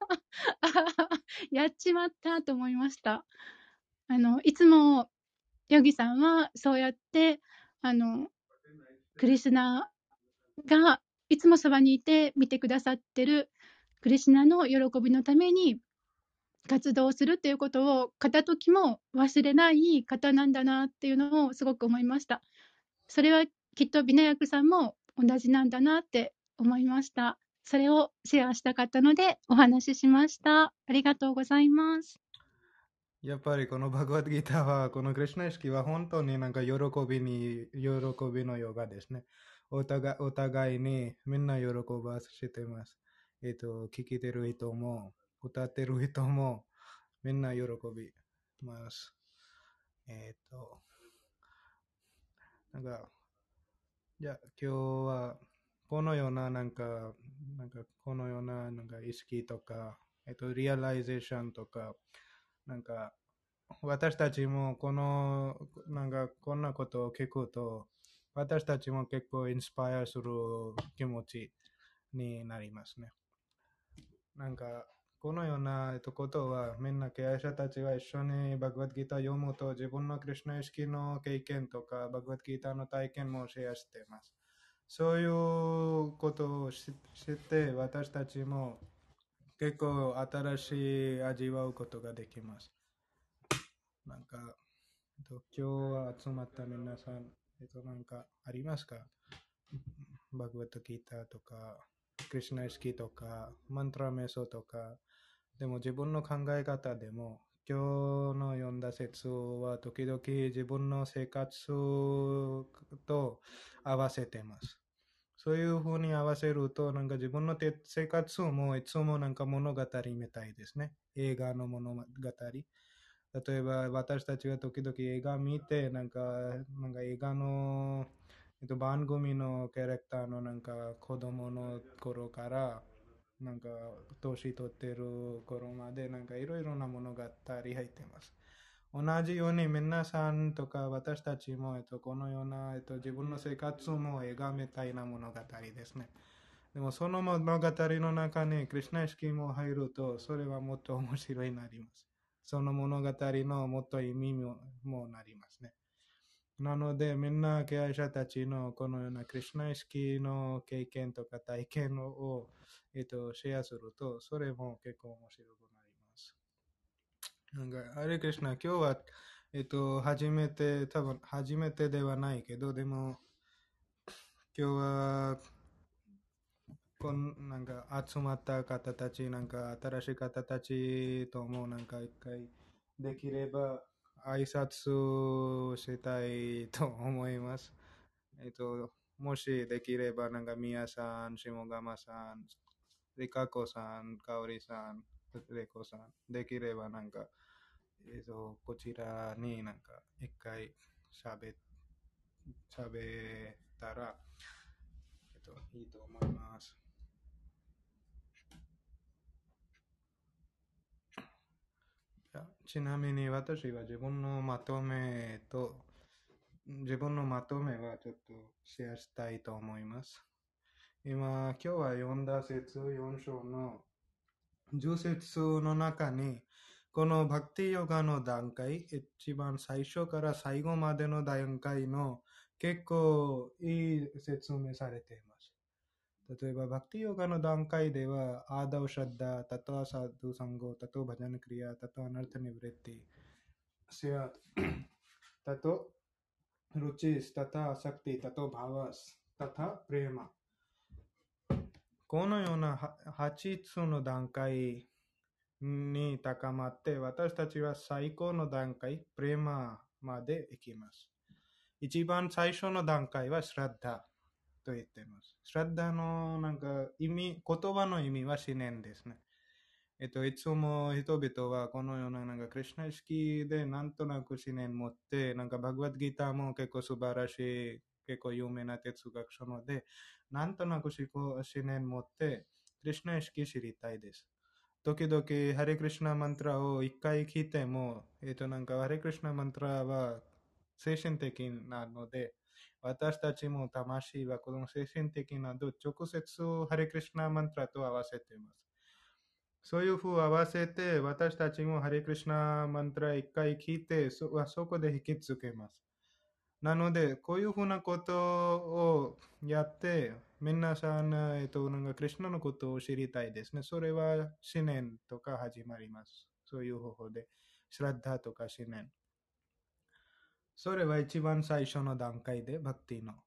やっちまったと思いました。あのいつもヨギさんはそうやってあのクリシュナがいつもそばにいて見てくださってるクリシュナの喜びのために活動するということを片時も忘れない方なんだなっていうのをすごく思いました。それはきっとビナヤクさんも同じなんだなって思いました。それをシェアしたかったのでお話ししました。ありがとうございます。 やっぱりこのバグワッドギターは、このクリシュナ意識は本当になんか喜びに、喜びのヨガですね。お互いお互いにみんな喜ばせてます。えっと、聞いてる人も、歌ってる人も、みんな喜びます。えっと、なんか、じゃあ今日はこのようななんか、なんかこのようななんか意識とか、えっと、リアライゼーションとか、なんか、私たちもこの、なんかこんなことを聞くと、私たちも結構インスパイアする気持ちになりますね。なんか、このようなことは、みんな経営者たちが一緒にバグワッドギターを読むと、自分のクリシュナ意識の経験とか、バグワッドギターの体験もシェアしています。そういうことを知って、私たちも結構新しい味わうことができます。なんか、えっと、今日集まった皆さん、えっと、なんかありますか？バグワッドギターとか、クリシュナ意識とか、マントラメソとか、でも自分の考え方でも、今日の読んだ説は時々自分の生活と合わせてます。そういうふうに合わせると、なんか自分の生活もいつもなんか物語みたいですね。映画の物語。例えば私たちは時々映画見て、なんか、なんか映画の、えっと、番組のキャラクターのなんか子供の頃から、なんか年取ってる頃までなんかいろいろな物語入ってます。同じように皆さんとか私たちも、えっと、このような、えっと、自分の生活も描めたいな物語ですね。でもその物語の中にクリシュナ意識も入ると、それはもっと面白いになります。その物語のもっと意味ももなりますね。なので、みんな経営者たちのこのようなクリシュナ意識の経験とか体験を、えっと、シェアすると、それも結構面白くなります。なんか、ハレクリシュナ、今日は、えっと、初めて、多分初めてではないけど、でも、今日は、こんなんか集まった方たち、なんか新しい方たちともなんか一回できれば挨拶したいと思います。えっと、もしできればなんか宮さん、下釜さん、リカコさん、カオリさん、レコさん、できればなんか、えっと、こちらになんか一回喋ったら、えっと、いいと思います。ちなみに私は自分のまとめと、自分のまとめはちょっとシェアしたいと思います。今、今日は読んだ説よん章のじゅう節の中に、このバクティヨガの段階、一番最初から最後までの段階の結構いい説明されています。例えば、バクティヨガの段階では、アーダウシャッダ、タトアサドゥサンゴ、タトバジャナクリア、タトアナルタニブレッティ、セア、タト、ルチス、タタ、サクティ、タト、バワス、タタ、プレーマ。このようなはちつの段階に高まって、私たちは最高の段階、プレーマまで行きます。一番最初の段階はシラッダと言っています。シラッダのなんか意味、言葉の意味は思念ですね。えっと、いつも人々はこのようななんかクリシュナ意識でなんとなく思念持って、なんかバグワッドギターも結構素晴らしい、結構有名な哲学書ので、なんとなく思念持って、クリシュナ意識知りたいです。時々、ハレクリシュナマントラを一回聞いても、えっと、なんかハレクリシュナマントラは精神的なので、私たちも魂はこの精神的など直接ハレクリシュナマントラと合わせています。そういうふう合わせて、私たちもハレクリシュナマントラ一回聞いて、そ, そこで引きつけます。なので、こういうふうなことをやって、皆さん、えっと、なんかクリシュナのことを知りたいですね。それは思念とか始まります。そういう方法で、シラッダとか思念。それは一番最初の段階で、バクティの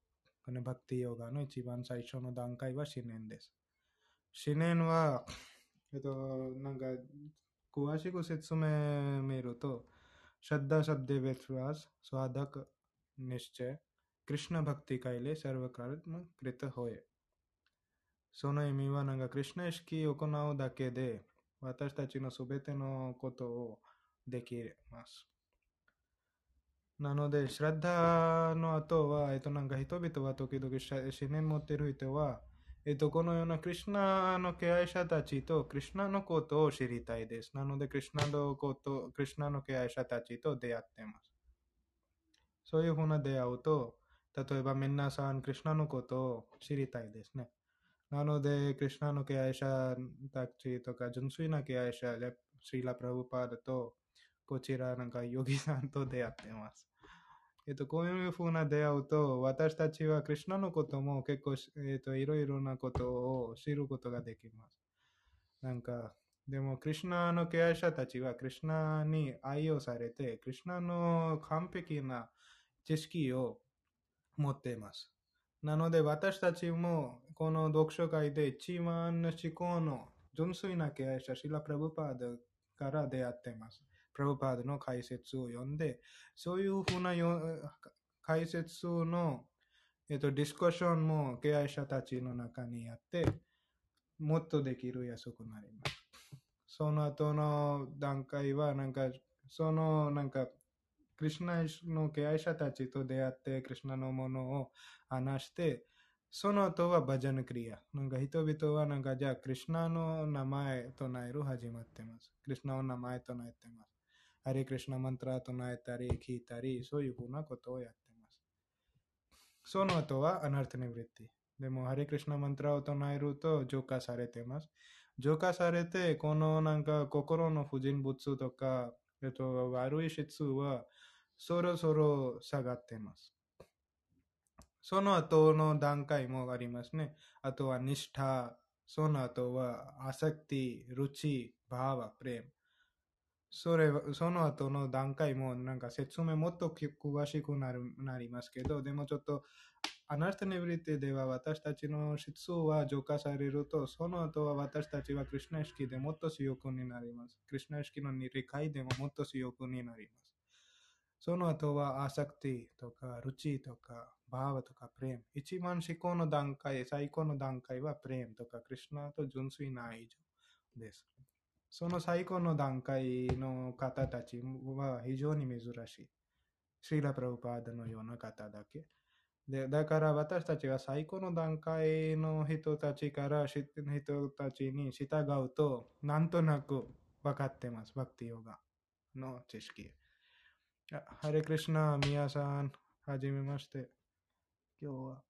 かね、バクティヨガの一番最初の段階は思念です。思念は、えっと、なんか、詳しく説明見ると、シャッダ・サッデ・ベトラス、スワダク・ニシチェ、クリシナ・バクティカイレ・サルヴァカルのクリタ・ホエ。その意味は、なんか、クリシナ意識を行うだけで、私たちのすべてのことをできます。なので、シラッダの後は、えっと、なんか人々は時々思念持っている人は、えっと、このようなクリシナの敬愛者たちとクリシナのことを知りたいです。なので、クリシナのこと、クリシナの敬愛者たちと出会っています。そういうふうな出会うと、例えば皆さん、クリシナのことを知りたいですね。なので、クリシナの敬愛者たちとか、純粋な敬愛者、シーラ・プラブパーダと、こちら、なんか、ヨギさんと出会っています。えっと、こういうふうな出会うと、私たちはクリシナのことも結構、えっと、いろいろなことを知ることができます。なんか、でも、クリシナの敬愛者たちは、クリシナに愛用されて、クリシナの完璧な知識を持っています。なので、私たちも、この読書会で一番思考の純粋な敬愛者、シラ・プラブパーダから出会っています。プラブパーダの解説を読んで、そういうふうな解説の、えっと、ディスカッションも敬愛者たちの中にあって、もっとできる安くなります。その後の段階は、なんか、その、なんか、クリシナの敬愛者たちと出会って、クリシナのものを話して、その後はバジャナクリア。なんか人々はなんかじゃあクリシナの名前唱える始まってます。クリシナの名前唱えてます。ハリクリシナマントラ唱えたり、聞いたり、そういうふうなことをやってます。その後はアナルタニブリティ。でもハリクリシナマントラを唱えると浄化されてます。浄化されて、このなんか心の不純物とか、えっと、悪い質はそろそろ下がってます。その後の段階もありますね。あとはニシタ、その後はアサクティ、ルチ、バーバ、プレム。それその後の段階もなんか説明もっと詳しくなるなりますけど、でもちょっとアナルタネビリティでは私たちの質は浄化されると、その後は私たちはクリシナ意識でもっと強くになります。クリシナ意識の理解でももっと強くになります。その後はアサクティとかルチとかバーバとかプレム。一番思考の段階、最高の段階はプレムとかクリシナと純粋な愛情です。その最高の段階の方たちは非常に珍しい。シーラ・プラブパーダのような方だけ。で、だから私たちは最高の段階の人たちから人たちに従うと、なんとなく分かってます。バクティヨガの知識。ハレクリシナ、ミヤさん、はじめまして。今日は。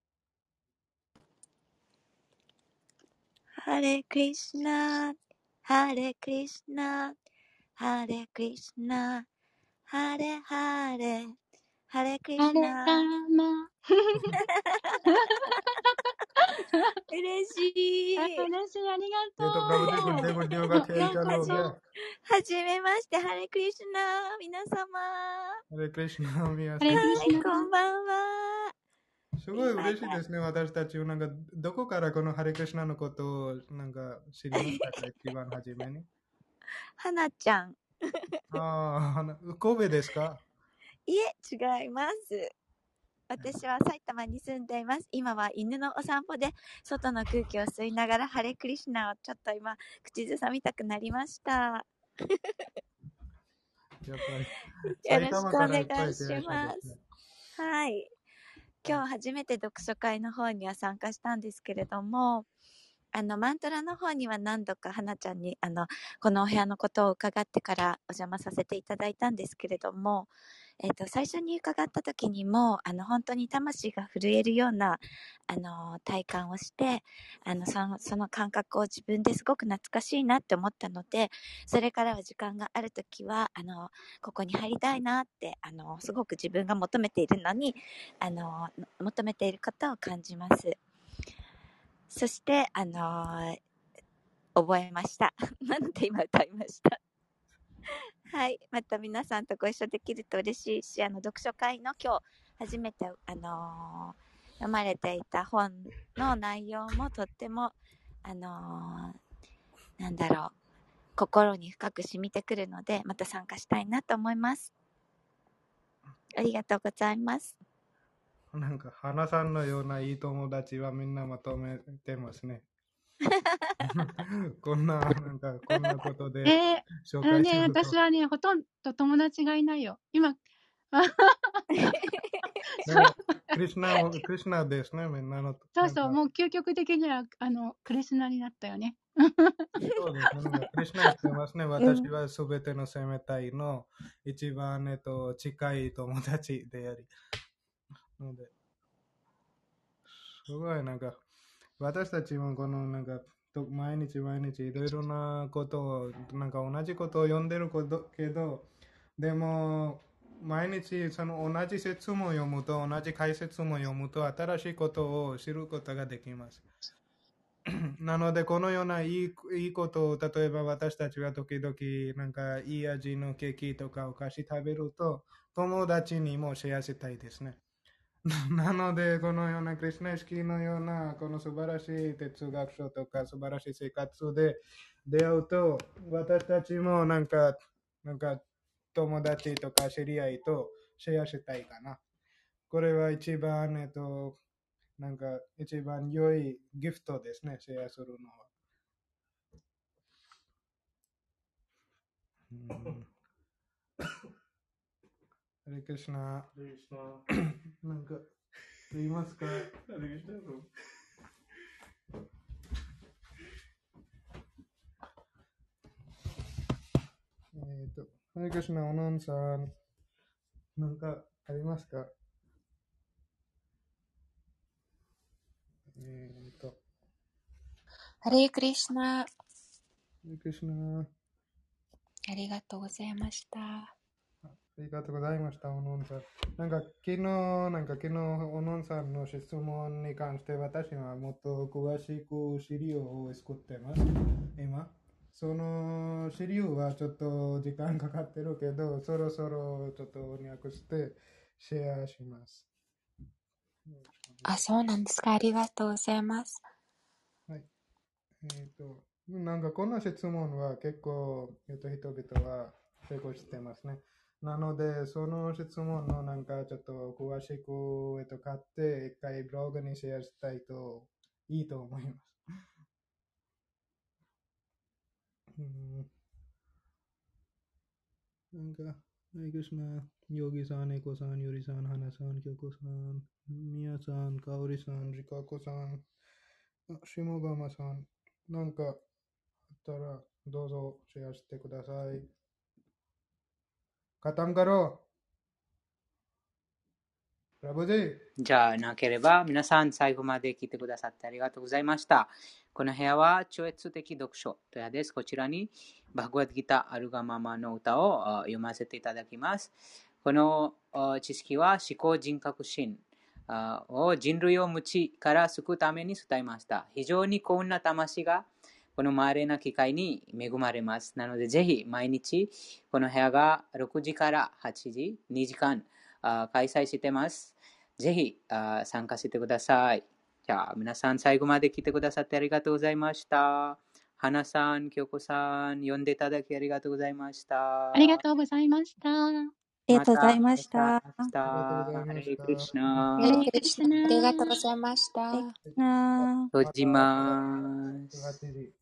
ハレクリシナ、ハレクリシナ、ハレクリシナ、ハレハレ、ハレクリシハレラナ。 ーマ。 嬉しい。 あ、嬉しい。ありがえっと、プラブディグルデグルディオガケイチャロギャ。 はじめまして、ハレクリシナ、皆様。 ハレクリシナ、ミヤさん。 ハレクリシナ。 はい、こんばんは。 すごい嬉しいですね、私たち。なんか、どこからこのハレクリシナのことをなんか知りましたか、一番初めに。 はなちゃん。 ああ、神戸ですか？ いえ、違います。私は埼玉に住んでいます。今は犬のお散歩で外の空気を吸いながらハレクリシナをちょっと今口ずさみたくなりました。 やっぱりよろしくお願いします。はい。今日初めて読書会の方には参加したんですけれども、あのマントラの方には何度か花ちゃんにあのこのお部屋のことを伺ってからお邪魔させていただいたんですけれども、えっと最初に伺った時にもあの本当に魂が震えるようなあの体感をして、あのそのその感覚を自分ですごく懐かしいなって思ったので、それからは時間がある時はあのここに入りたいなってあのすごく自分が求めているのにあの求めていることを感じます。そして、あのー、覚えました。なので今歌いました。はい。また皆さんとご一緒できると嬉しいし、あの、読書会の今日、初めて、あの読まれていた本の内容もとっても、あのー、なんだろう、心に深く染みてくるので、また参加したいなと思います。ありがとうございます。 なんか、花さんのようないい友達はみんなまとめてますね。こんな、なんか、こんなことでえー、 紹あのね、 介すると。 私はね、ほとんど友達がいないよ。今、 でも、クリシナを、クリシナですね、みんなの。 そうそう、もう究極的には、あの、クリシュナになったよね。 そうですね。なんかクリシナ言ってますね。私はすべての生命体の一番、えっと、近い友達であり。ので、すごいなんか、私たちもこのなんか、と毎日毎日いろいろなことを、なんか同じことを読んでることけど、でも、毎日その同じ説も読むと、同じ解説も読むと、新しいことを知ることができます。なので、このようないい、いいことを、例えば私たちは時々、なんかいい味のケーキとかお菓子食べると、友達にもシェアしたいですね。なので、このようなクリシナ意識のような、この素晴らしい哲学書とか素晴らしい生活で出会うと、私たちもなんか、なんか友達とか知り合いとシェアしたいかな。これは一番、えっと、なんか一番良いギフトですね、シェアするのは。うん、ハレクリシナ。なんか言いますか？えっと、ハレクリシナ、オナンさん、なんかありますか？えっと、 ハレークリシナ、 ハレクリシナ、 ありがとうございました。 ありがとうございました、オノンさん。なんか昨日、なんか昨日、オノンさんの質問に関して私はもっと詳しく資料を作ってます。今。その資料はちょっと時間かかってるけど、そろそろちょっと翻訳してシェアします。 あ、そうなんですか。ありがとうございます。 はい。えっ、ー、と、なんかこの質問は結構、えっと、人々は成功してますね。なので、その質問のなんかちょっと詳しく、えっと、買って、一回ブログにシェアしたいといいと思います。うん、なんか、ハレクリシナ、ヨギさん、エコさん、ユリさん、ハナさん、キョコさん、ミヤさん、カオリさん、リカコさん、シモガマさん、なんかあったらどうぞシェアしてください。खत्म करो प्रभु जी。 じゃあなければ皆さん最後まで聞いてくださってありがとうございました。この部屋は超越的読書という部屋です。こちらにバグワッドギターアルガママの歌を読ませていただきます。この知識は思考人格心を人類を無知から救うために伝えました。非常に幸運な魂がこの稀な機会に恵まれます。なのでぜひ毎日この部屋がろくじからはちじ、にじかん開催してます。ぜひ参加してください。じゃあ皆さん最後まで来てくださってありがとうございました。花さん、京子さん、呼んでいただきありがとうございました。 ありがとうございました。 ありがとうございました。 ありがとうございました。 ハレクリシナ。 ハレークリシナ、ありがとうございました。 な閉じます。 はちじ